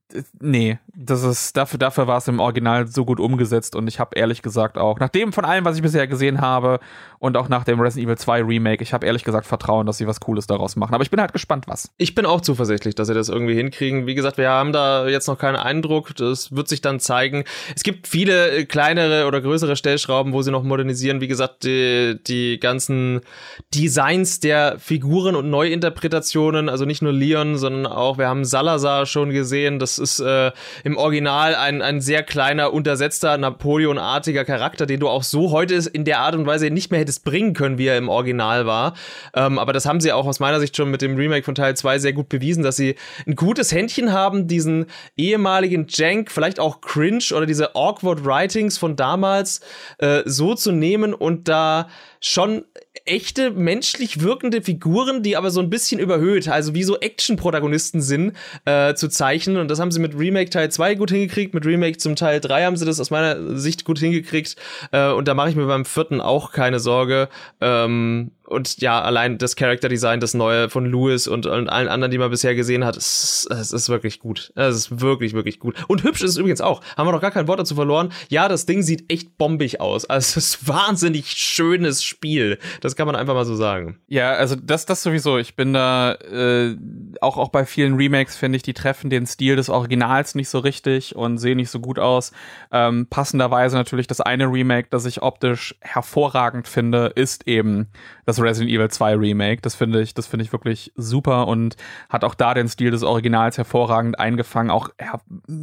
nee, das ist dafür, dafür war es im Original so gut umgesetzt und ich habe ehrlich gesagt auch, nach dem von allem, was ich bisher gesehen habe und auch nach dem Resident Evil zwei Remake, ich habe ehrlich gesagt Vertrauen, dass sie was Cooles daraus machen. Aber ich bin halt gespannt, was. Ich bin auch zuversichtlich, dass sie das irgendwie hinkriegen. Wie gesagt, wir haben da jetzt noch keinen Eindruck. Das wird sich dann zeigen. Es gibt viele kleinere oder größere Stellschrauben, wo sie noch modernisieren. Wie gesagt, die, die ganzen Designs der Figuren und Neuinterpretationen, also nicht nur Leon, sondern auch, wir haben Salazar schon gesehen. Das ist äh, im Original ein, ein sehr kleiner, untersetzter, Napoleon-artiger Charakter, den du auch so heute in der Art und Weise nicht mehr hättest bringen können, wie er im Original war. Ähm, aber das haben sie auch aus meiner Sicht schon mit dem Remake von Teil zwei sehr gut bewiesen, dass sie ein gutes Händchen haben, diesen ehemaligen Jank, vielleicht auch Cringe oder diese Awkward Writings von damals äh, so zu nehmen und da schon echte, menschlich wirkende Figuren, die aber so ein bisschen überhöht, also wie so Action-Protagonisten sind, äh, zu zeichnen. Und das haben sie mit Remake Teil zwei gut hingekriegt, mit Remake zum Teil drei haben sie das aus meiner Sicht gut hingekriegt. Äh, und da mache ich mir beim vierten auch keine Sorge. Ähm, und ja, allein das Character-Design, das neue von Louis und, und allen anderen, die man bisher gesehen hat, es, es ist wirklich gut. Es ist wirklich, wirklich gut. Und hübsch ist es übrigens auch. Haben wir noch gar kein Wort dazu verloren. Ja, das Ding sieht echt bombig aus. Also es ist ein wahnsinnig schönes Spiel. Das kann man einfach mal so sagen. Ja, also das, das sowieso. Ich bin da äh, auch, auch bei vielen Remakes, finde ich, die treffen den Stil des Originals nicht so richtig und sehen nicht so gut aus. Ähm, passenderweise natürlich das eine Remake, das ich optisch hervorragend finde, ist eben das Resident Evil zwei Remake. Das finde ich, das finde ich wirklich super und hat auch da den Stil des Originals hervorragend eingefangen. Auch ja,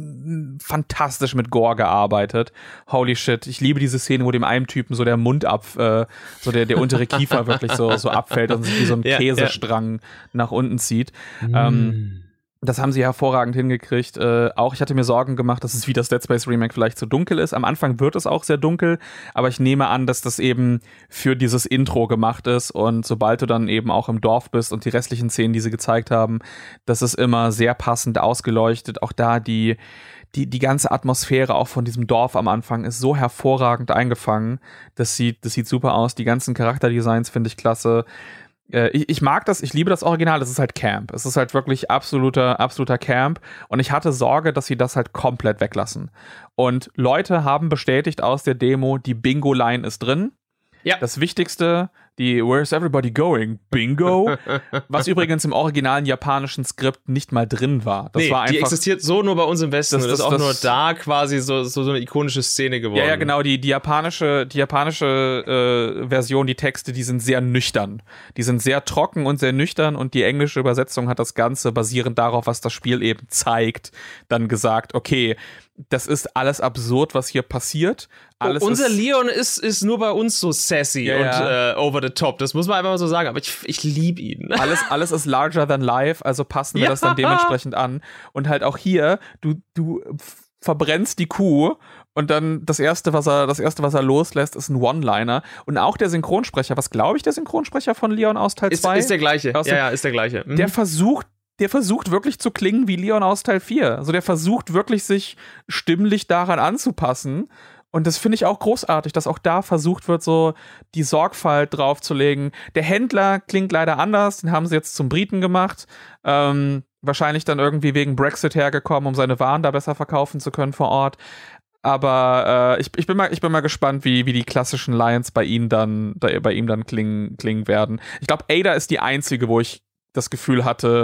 fantastisch mit Gore gearbeitet. Holy shit. Ich liebe diese Szene, wo dem einen Typen so der Mund ab, äh, so der, der untere Kiefer wirklich so, so abfällt und sich wie so ein ja, Käsestrang ja. nach unten zieht. Mm. Ähm, Das haben sie hervorragend hingekriegt. Äh, auch ich hatte mir Sorgen gemacht, dass es wie das Dead Space Remake vielleicht zu dunkel ist. Am Anfang wird es auch sehr dunkel, aber ich nehme an, dass das eben für dieses Intro gemacht ist und sobald du dann eben auch im Dorf bist und die restlichen Szenen, die sie gezeigt haben, das ist immer sehr passend ausgeleuchtet. Auch da die Die, die ganze Atmosphäre auch von diesem Dorf am Anfang ist so hervorragend eingefangen. Das sieht, das sieht super aus. Die ganzen Charakterdesigns finde ich klasse. Ich, ich mag das, ich liebe das Original, es ist halt Camp. Es ist halt wirklich absoluter, absoluter Camp. Und ich hatte Sorge, dass sie das halt komplett weglassen. Und Leute haben bestätigt aus der Demo, die Bingo-Line ist drin. Ja. Das Wichtigste, die Where's Everybody Going? Bingo. Was übrigens im originalen japanischen Skript nicht mal drin war. Das nee, war einfach, die existiert so nur bei uns im Westen. Das, das, das ist auch das, nur da quasi so, so, so eine ikonische Szene geworden. Ja, ja, genau. Die, die japanische, die japanische äh, Version, die Texte, die sind sehr nüchtern. Die sind sehr trocken und sehr nüchtern und die englische Übersetzung hat das Ganze basierend darauf, was das Spiel eben zeigt, dann gesagt, okay, das ist alles absurd, was hier passiert. Alles oh, unser ist, Leon ist, ist nur bei uns so sassy ja, und ja. Äh, over the top. Das muss man einfach mal so sagen. Aber ich, ich liebe ihn. Alles, alles ist larger than life, also passen wir ja. das dann dementsprechend an. Und halt auch hier, du, du verbrennst die Kuh und dann das erste, was er, das erste, was er loslässt, ist ein One-Liner. Und auch der Synchronsprecher, was glaube ich, der Synchronsprecher von Leon aus Teil zwei? Ist, ist der gleiche. Ja, ja, ist der gleiche. Mhm. Der versucht, Der versucht wirklich zu klingen wie Leon aus Teil vier. Also der versucht wirklich, sich stimmlich daran anzupassen. Und das finde ich auch großartig, dass auch da versucht wird, so die Sorgfalt draufzulegen. Der Händler klingt leider anders, den haben sie jetzt zum Briten gemacht. Ähm, wahrscheinlich dann irgendwie wegen Brexit hergekommen, um seine Waren da besser verkaufen zu können vor Ort. Aber äh, ich, ich, bin mal, ich bin mal gespannt, wie, wie die klassischen Lines bei ihm dann, da, bei ihm dann klingen, klingen werden. Ich glaube, Ada ist die einzige, wo ich das Gefühl hatte,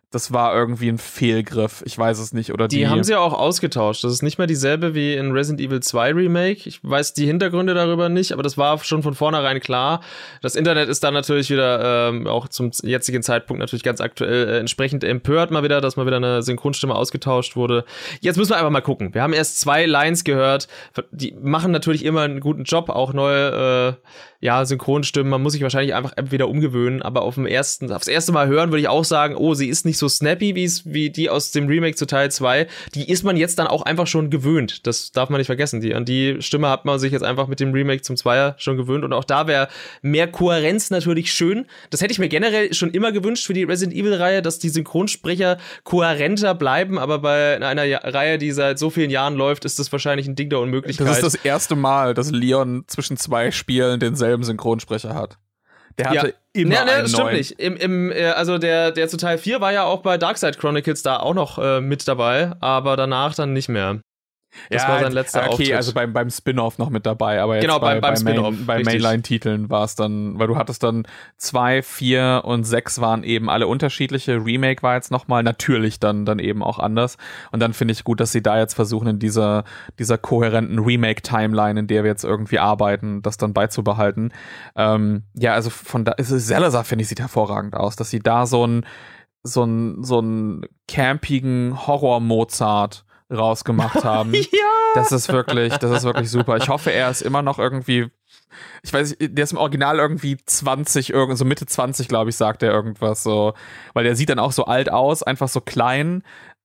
das war irgendwie ein Fehlgriff. Ich weiß es nicht. Oder die, die haben sie ja auch ausgetauscht. Das ist nicht mehr dieselbe wie in Resident Evil zwei Remake. Ich weiß die Hintergründe darüber nicht, aber das war schon von vornherein klar. Das Internet ist dann natürlich wieder ähm, auch zum jetzigen Zeitpunkt natürlich ganz aktuell äh, entsprechend empört mal wieder, dass mal wieder eine Synchronstimme ausgetauscht wurde. Jetzt müssen wir einfach mal gucken. Wir haben erst zwei Lines gehört. Die machen natürlich immer einen guten Job, auch neue äh, ja, Synchronstimmen. Man muss sich wahrscheinlich einfach wieder umgewöhnen, aber auf dem ersten, aufs erste Mal hören würde ich auch sagen, oh, sie ist nicht so snappy wie's, wie die aus dem Remake zu Teil zwei. Die ist man jetzt dann auch einfach schon gewöhnt. Das darf man nicht vergessen. Die, an die Stimme hat man sich jetzt einfach mit dem Remake zum Zweier schon gewöhnt und auch da wäre mehr Kohärenz natürlich schön. Das hätte ich mir generell schon immer gewünscht für die Resident Evil-Reihe, dass die Synchronsprecher kohärenter bleiben, aber bei einer ja- Reihe, die seit so vielen Jahren läuft, ist das wahrscheinlich ein Ding der Unmöglichkeit. Das ist das erste Mal, dass Leon zwischen zwei Spielen denselben Synchronsprecher hat. Der hatte ja. immer nee, nee, einen das stimmt neuen. nicht. Im, im, äh, also der, der zu Teil vier war ja auch bei Darkside Chronicles da auch noch äh, mit dabei, aber danach dann nicht mehr. Das ja, war sein letzter okay, Auftritt. also beim, beim Spin-Off noch mit dabei, aber jetzt Genau, bei, beim- beim bei, Main, Spin-Off, bei richtig. Mainline-Titeln war es dann, weil du hattest dann zwei, vier und sechs waren eben alle unterschiedliche. Remake war jetzt nochmal natürlich dann, dann eben auch anders. Und dann finde ich gut, dass sie da jetzt versuchen, in dieser, dieser kohärenten Remake-Timeline, in der wir jetzt irgendwie arbeiten, das dann beizubehalten. Ähm, ja, also von da, ist es Salazar, finde ich, sieht hervorragend aus, dass sie da so ein so ein so ein campigen Horror-Mozart rausgemacht haben. ja! Das ist wirklich, das ist wirklich super. Ich hoffe, er ist immer noch irgendwie, ich weiß nicht, der ist im Original irgendwie zwanzig, irgend- so Mitte zwanzig, glaube ich, sagt er irgendwas so, weil der sieht dann auch so alt aus, einfach so klein,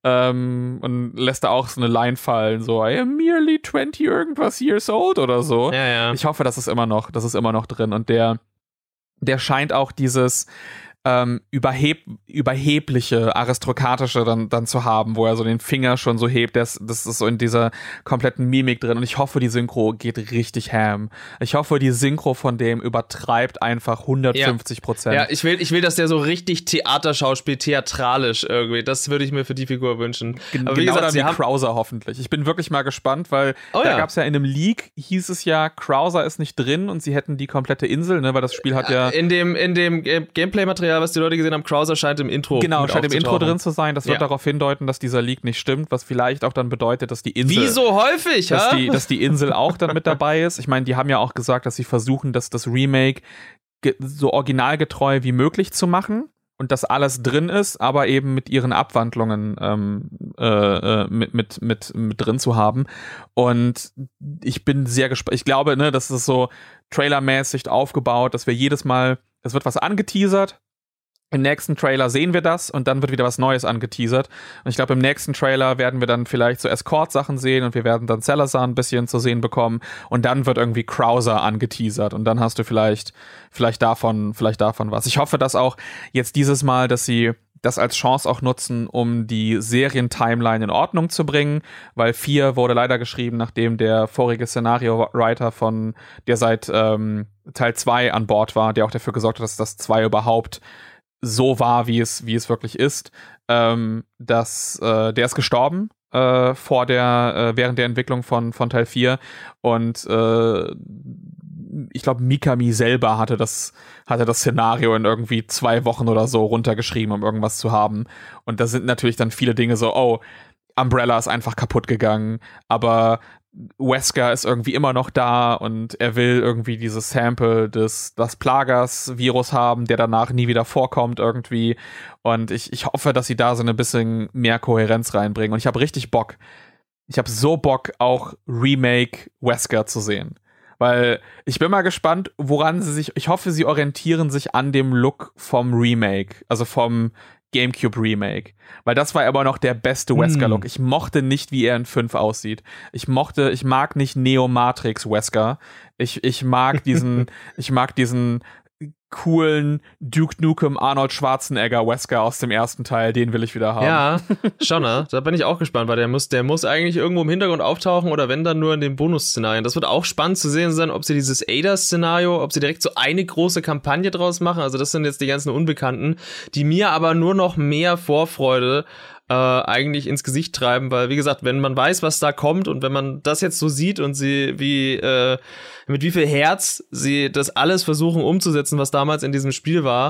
ähm, und lässt da auch so eine Line fallen, so I am merely twenty irgendwas years old oder so. Ja, ja. Ich hoffe, das ist immer noch, das ist immer noch drin und der, der scheint auch dieses ähm, überheb, überhebliche, aristokratische dann, dann zu haben, wo er so den Finger schon so hebt, das, das ist so in dieser kompletten Mimik drin und ich hoffe, die Synchro geht richtig ham. Ich hoffe, die Synchro von dem übertreibt einfach hundertfünfzig Prozent. Ja, ich will, ich will, dass der so richtig Theaterschauspiel, theatralisch irgendwie, das würde ich mir für die Figur wünschen. Gen- Aber wie genau gesagt, dann sie wie haben, Krauser hoffentlich. Ich bin wirklich mal gespannt, weil Oh da ja. gab es ja in einem Leak, hieß es ja, Krauser ist nicht drin und sie hätten die komplette Insel, ne, weil das Spiel hat ja in dem, in dem Ga- Gameplay-Material, was die Leute gesehen haben, Krauser scheint im Intro Genau, mit scheint im Intro aufzutauchen. drin zu sein. Das wird Ja. darauf hindeuten, dass dieser Leak nicht stimmt, was vielleicht auch dann bedeutet, dass die Insel, Wie so häufig, dass ha? die, dass die Insel auch dann mit dabei ist. Ich meine, die haben ja auch gesagt, dass sie versuchen, dass das Remake ge- so originalgetreu wie möglich zu machen und dass alles drin ist, aber eben mit ihren Abwandlungen ähm, äh, äh, mit, mit, mit, mit drin zu haben. Und ich bin sehr gespannt. Ich glaube, ne, das ist so trailermäßig aufgebaut, dass wir jedes Mal, es wird was angeteasert. Im nächsten Trailer sehen wir das und dann wird wieder was Neues angeteasert. Und ich glaube, im nächsten Trailer werden wir dann vielleicht so Escort-Sachen sehen und wir werden dann Salazar ein bisschen zu sehen bekommen und dann wird irgendwie Krauser angeteasert und dann hast du vielleicht, vielleicht davon, vielleicht davon was. Ich hoffe, dass auch jetzt dieses Mal, dass sie das als Chance auch nutzen, um die Serien-Timeline in Ordnung zu bringen, weil vier wurde leider geschrieben, nachdem der vorige Szenario-Writer von, der seit ähm, Teil zwei an Bord war, der auch dafür gesorgt hat, dass das zwei überhaupt so war, wie es, wie es wirklich ist, ähm, dass äh, der ist gestorben äh, vor der, äh, während der Entwicklung von, von Teil vier und äh, ich glaube, Mikami selber hatte das, hatte das Szenario in irgendwie zwei Wochen oder so runtergeschrieben, um irgendwas zu haben. Und da sind natürlich dann viele Dinge so, oh, Umbrella ist einfach kaputt gegangen, aber Wesker ist irgendwie immer noch da und er will irgendwie dieses Sample des das Plagas-Virus haben, der danach nie wieder vorkommt irgendwie. Und ich, ich hoffe, dass sie da so ein bisschen mehr Kohärenz reinbringen. Und ich habe richtig Bock. Ich habe so Bock, auch Remake Wesker zu sehen. Weil ich bin mal gespannt, woran sie sich, ich hoffe, sie orientieren sich an dem Look vom Remake, also vom GameCube Remake. Weil das war immer noch der beste Wesker-Look. Ich mochte nicht, wie er in fünf aussieht. Ich mochte, ich mag nicht Neo-Matrix Wesker. Ich, ich mag diesen, ich mag diesen coolen Duke Nukem Arnold Schwarzenegger Wesker aus dem ersten Teil, den will ich wieder haben. Ja, schon, ne? Da bin ich auch gespannt, weil der muss, der muss eigentlich irgendwo im Hintergrund auftauchen oder wenn dann nur in den Bonusszenarien. Das wird auch spannend zu sehen sein, ob sie dieses Ada-Szenario, ob sie direkt so eine große Kampagne draus machen. Also das sind jetzt die ganzen Unbekannten, die mir aber nur noch mehr Vorfreude äh, eigentlich ins Gesicht treiben, weil wie gesagt, wenn man weiß, was da kommt und wenn man das jetzt so sieht und sie wie äh, mit wie viel Herz sie das alles versuchen umzusetzen, was damals in diesem Spiel war,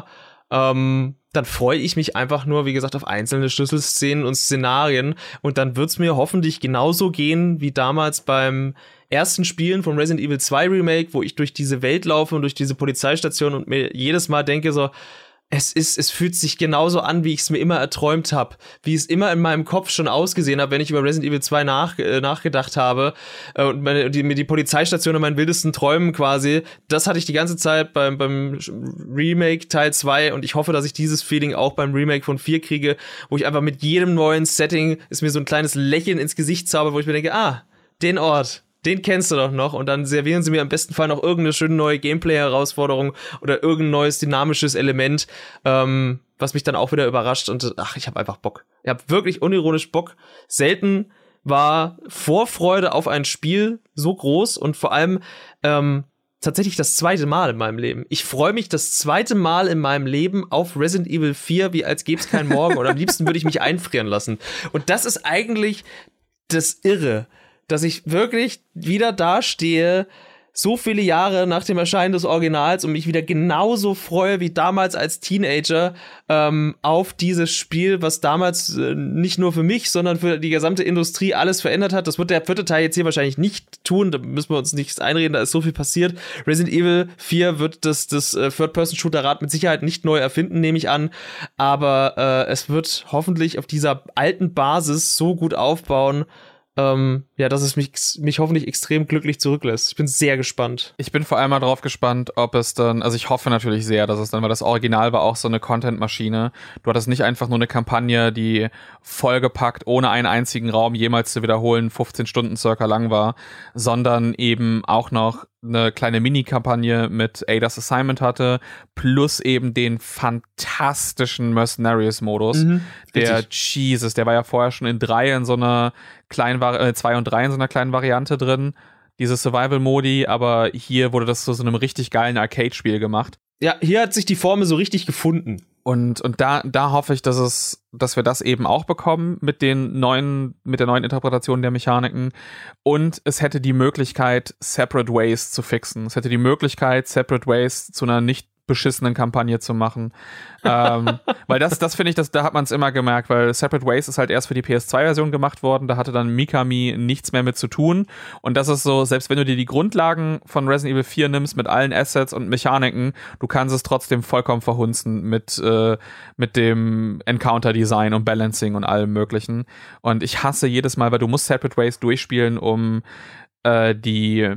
ähm, dann freue ich mich einfach nur, wie gesagt, auf einzelne Schlüsselszenen und Szenarien. Und dann wird's mir hoffentlich genauso gehen wie damals beim ersten Spielen von Resident Evil zwei Remake, wo ich durch diese Welt laufe und durch diese Polizeistation und mir jedes Mal denke so, es ist, es fühlt sich genauso an, wie ich es mir immer erträumt habe, wie es immer in meinem Kopf schon ausgesehen habe, wenn ich über Resident Evil zwei nach, äh, nachgedacht habe äh, und meine, die, mir die Polizeistation in meinen wildesten Träumen quasi, das hatte ich die ganze Zeit beim, beim Remake Teil zwei und ich hoffe, dass ich dieses Feeling auch beim Remake von vier kriege, wo ich einfach mit jedem neuen Setting ist mir so ein kleines Lächeln ins Gesicht zauber, wo ich mir denke, ah, den Ort, den kennst du doch noch und dann servieren sie mir im besten Fall noch irgendeine schöne neue Gameplay-Herausforderung oder irgendein neues dynamisches Element, ähm, was mich dann auch wieder überrascht und ach, ich habe einfach Bock. Ich habe wirklich unironisch Bock. Selten war Vorfreude auf ein Spiel so groß und vor allem ähm, tatsächlich das zweite Mal in meinem Leben. Ich freue mich das zweite Mal in meinem Leben auf Resident Evil vier, wie als gäbe es keinen Morgen und am liebsten würde ich mich einfrieren lassen. Und das ist eigentlich das Irre, dass ich wirklich wieder dastehe, so viele Jahre nach dem Erscheinen des Originals und mich wieder genauso freue wie damals als Teenager ähm, auf dieses Spiel, was damals äh, nicht nur für mich, sondern für die gesamte Industrie alles verändert hat. Das wird der vierte Teil jetzt hier wahrscheinlich nicht tun, da müssen wir uns nichts einreden, da ist so viel passiert. Resident Evil vier wird das, das äh, Third-Person-Shooter-Rad mit Sicherheit nicht neu erfinden, nehme ich an, aber äh, es wird hoffentlich auf dieser alten Basis so gut aufbauen, Ähm, ja, dass es mich, mich hoffentlich extrem glücklich zurücklässt. Ich bin sehr gespannt. Ich bin vor allem mal drauf gespannt, ob es dann, also ich hoffe natürlich sehr, dass es dann, weil das Original war auch so eine Content-Maschine. Du hattest nicht einfach nur eine Kampagne, die vollgepackt, ohne einen einzigen Raum jemals zu wiederholen, fünfzehn Stunden circa lang war, sondern eben auch noch eine kleine Mini-Kampagne mit Ada's Assignment hatte, plus eben den fantastischen Mercenaries-Modus. Mhm, der, richtig. Jesus, der war ja vorher schon in drei in so einer kleinen, äh, zwei und drei in so einer kleinen Variante drin, diese Survival-Modi, aber hier wurde das zu so einem richtig geilen Arcade-Spiel gemacht. Ja, hier hat sich die Formel so richtig gefunden. Und, und da, da hoffe ich, dass es, dass wir das eben auch bekommen mit den neuen, mit der neuen Interpretation der Mechaniken. Und es hätte die Möglichkeit, Separate Ways zu fixen. Es hätte die Möglichkeit, Separate Ways zu einer nicht beschissenen Kampagne zu machen. ähm, weil das, das finde ich, das, da hat man es immer gemerkt, weil Separate Ways ist halt erst für die P S zwei Version gemacht worden, da hatte dann Mikami nichts mehr mit zu tun und das ist so, selbst wenn du dir die Grundlagen von Resident Evil vier nimmst mit allen Assets und Mechaniken, du kannst es trotzdem vollkommen verhunzen mit, äh, mit dem Encounter-Design und Balancing und allem möglichen und ich hasse jedes Mal, weil du musst Separate Ways durchspielen, um äh, die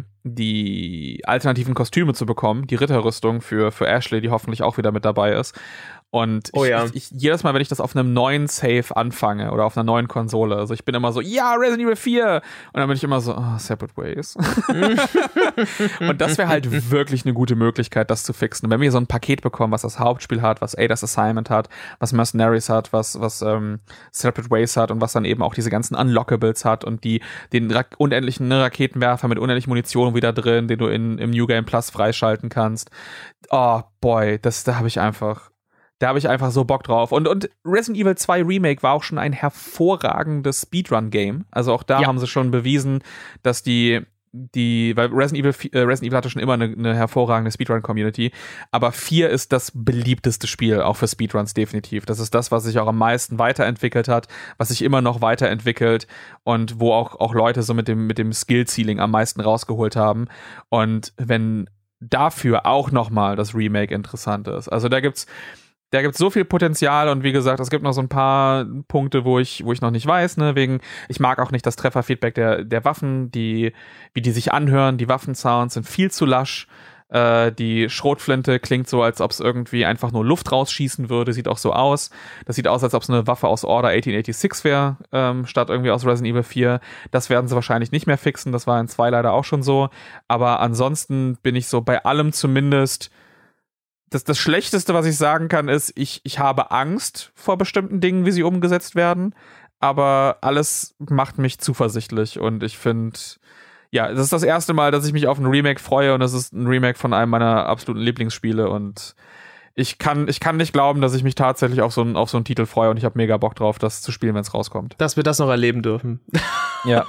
die alternativen Kostüme zu bekommen, die Ritterrüstung für, für Ashley, die hoffentlich auch wieder mit dabei ist. Und oh ich, ja. ich, ich, jedes Mal, wenn ich das auf einem neuen Save anfange oder auf einer neuen Konsole, also ich bin immer so, ja, Resident Evil vier! Und dann bin ich immer so, oh, Separate Ways. Und das wäre halt wirklich eine gute Möglichkeit, das zu fixen. Und wenn wir so ein Paket bekommen, was das Hauptspiel hat, was Ada's Assignment hat, was Mercenaries hat, was, was ähm, Separate Ways hat und was dann eben auch diese ganzen Unlockables hat und die den Ra- unendlichen Raketenwerfer mit unendlich Munition wieder drin, den du in, im New Game Plus freischalten kannst. Oh, boy, das, da habe ich einfach Da habe ich einfach so Bock drauf. Und, und Resident Evil zwei Remake war auch schon ein hervorragendes Speedrun-Game. Also auch da ja. haben sie schon bewiesen, dass die, die weil Resident Evil, äh, Resident Evil hatte schon immer eine, eine hervorragende Speedrun-Community. Aber vier ist das beliebteste Spiel, auch für Speedruns definitiv. Das ist das, was sich auch am meisten weiterentwickelt hat, was sich immer noch weiterentwickelt und wo auch, auch Leute so mit dem, mit dem Skill-Ceiling am meisten rausgeholt haben. Und wenn dafür auch nochmal das Remake interessant ist. Also da gibt's Da gibt es so viel Potenzial und wie gesagt, es gibt noch so ein paar Punkte, wo ich, wo ich noch nicht weiß, ne, wegen, ich mag auch nicht das Trefferfeedback der, der Waffen, die, wie die sich anhören, die Waffensounds sind viel zu lasch, äh, die Schrotflinte klingt so, als ob es irgendwie einfach nur Luft rausschießen würde, sieht auch so aus, das sieht aus, als ob es eine Waffe aus Order achtzehnhundertsechsundachtzig wäre, ähm, statt irgendwie aus Resident Evil vier, das werden sie wahrscheinlich nicht mehr fixen, das war in zwei leider auch schon so, aber ansonsten bin ich so bei allem zumindest. Das, das Schlechteste, was ich sagen kann, ist, ich, ich habe Angst vor bestimmten Dingen, wie sie umgesetzt werden, aber alles macht mich zuversichtlich und ich finde, ja, das ist das erste Mal, dass ich mich auf ein Remake freue und es ist ein Remake von einem meiner absoluten Lieblingsspiele und ich kann, ich kann nicht glauben, dass ich mich tatsächlich auf so einen, auf so einen Titel freue und ich habe mega Bock drauf, das zu spielen, wenn es rauskommt. Dass wir das noch erleben dürfen. Ja.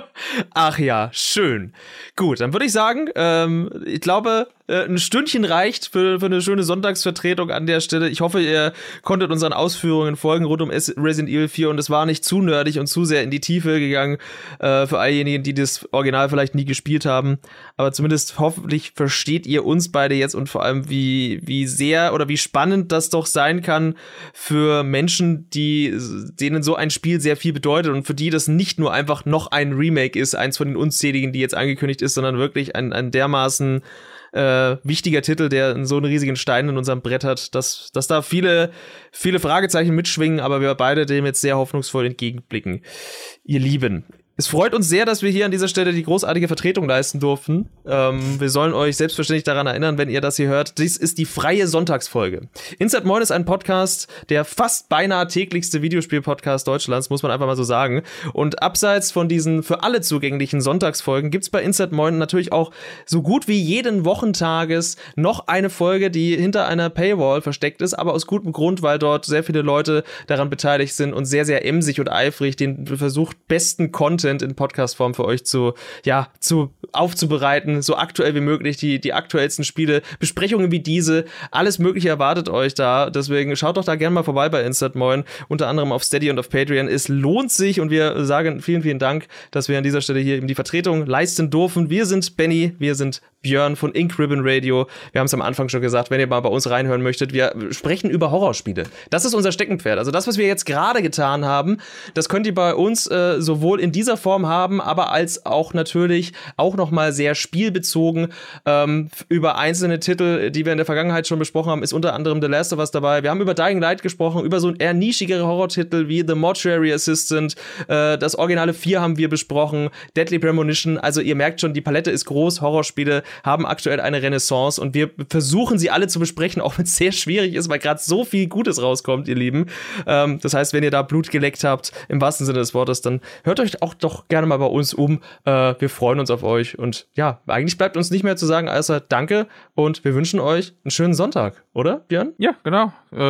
Ach ja, schön. Gut, dann würde ich sagen, ähm, ich glaube, äh, ein Stündchen reicht für, für eine schöne Sonntagsvertretung an der Stelle. Ich hoffe, ihr konntet unseren Ausführungen folgen rund um Resident Evil vier und es war nicht zu nerdig und zu sehr in die Tiefe gegangen äh, für all diejenigen, die das Original vielleicht nie gespielt haben. Aber zumindest hoffentlich versteht ihr uns beide jetzt und vor allem, wie, wie sehr oder wie spannend das doch sein kann für Menschen, die, denen so ein Spiel sehr viel bedeutet und für die das nicht nur einfach noch ein Remake ist, eins von den unzähligen, die jetzt angekündigt ist, sondern wirklich ein, ein dermaßen äh, wichtiger Titel, der so einen riesigen Stein in unserem Brett hat, dass, dass da viele, viele Fragezeichen mitschwingen, aber wir beide dem jetzt sehr hoffnungsvoll entgegenblicken. Ihr Lieben, es freut uns sehr, dass wir hier an dieser Stelle die großartige Vertretung leisten durften. Ähm, wir sollen euch selbstverständlich daran erinnern, wenn ihr das hier hört. Dies ist die freie Sonntagsfolge. Insert Moin ist ein Podcast, der fast beinahe täglichste Videospiel-Podcast Deutschlands, muss man einfach mal so sagen. Und abseits von diesen für alle zugänglichen Sonntagsfolgen gibt's bei Insert Moin natürlich auch so gut wie jeden Wochentages noch eine Folge, die hinter einer Paywall versteckt ist, aber aus gutem Grund, weil dort sehr viele Leute daran beteiligt sind und sehr, sehr emsig und eifrig den versucht, besten Content in Podcast-Form für euch zu, ja, zu aufzubereiten, so aktuell wie möglich, die, die aktuellsten Spiele, Besprechungen wie diese, alles Mögliche erwartet euch da, deswegen schaut doch da gerne mal vorbei bei Insert Moin, unter anderem auf Steady und auf Patreon, es lohnt sich und wir sagen vielen, vielen Dank, dass wir an dieser Stelle hier eben die Vertretung leisten dürfen. Wir sind Benny, wir sind Björn von Ink Ribbon Radio, wir haben es am Anfang schon gesagt, wenn ihr mal bei uns reinhören möchtet, wir sprechen über Horrorspiele, das ist unser Steckenpferd, also das, was wir jetzt gerade getan haben, das könnt ihr bei uns äh, sowohl in dieser Form haben, aber als auch natürlich auch nochmal sehr spielbezogen ähm, über einzelne Titel, die wir in der Vergangenheit schon besprochen haben, ist unter anderem The Last of Us dabei. Wir haben über Dying Light gesprochen, über so eher nischigere Horrortitel wie The Mortuary Assistant, äh, das Originale vier haben wir besprochen, Deadly Premonition, also ihr merkt schon, die Palette ist groß, Horrorspiele haben aktuell eine Renaissance und wir versuchen sie alle zu besprechen, auch wenn es sehr schwierig ist, weil gerade so viel Gutes rauskommt, ihr Lieben. Ähm, das heißt, wenn ihr da Blut geleckt habt, im wahrsten Sinne des Wortes, dann hört euch auch doch gerne mal bei uns um. Äh, wir freuen uns auf euch. Und ja, eigentlich bleibt uns nicht mehr zu sagen, außer danke. Und wir wünschen euch einen schönen Sonntag, oder, Björn? Ja, genau.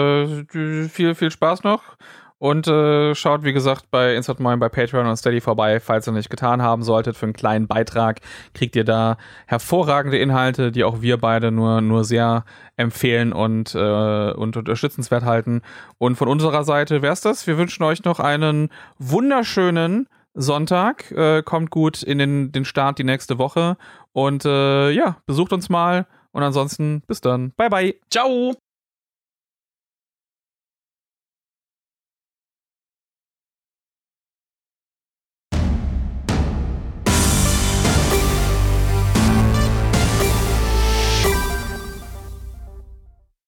Äh, viel, viel Spaß noch. Und äh, schaut, wie gesagt, bei Insert Moin, bei Patreon und Steady vorbei, falls ihr nicht getan haben solltet. Für einen kleinen Beitrag kriegt ihr da hervorragende Inhalte, die auch wir beide nur, nur sehr empfehlen und, äh, und unterstützenswert halten. Und von unserer Seite wär's das. Wir wünschen euch noch einen wunderschönen Sonntag. Äh, kommt gut in den, den Start die nächste Woche. Und äh, ja, besucht uns mal. Und ansonsten bis dann. Bye, bye. Ciao.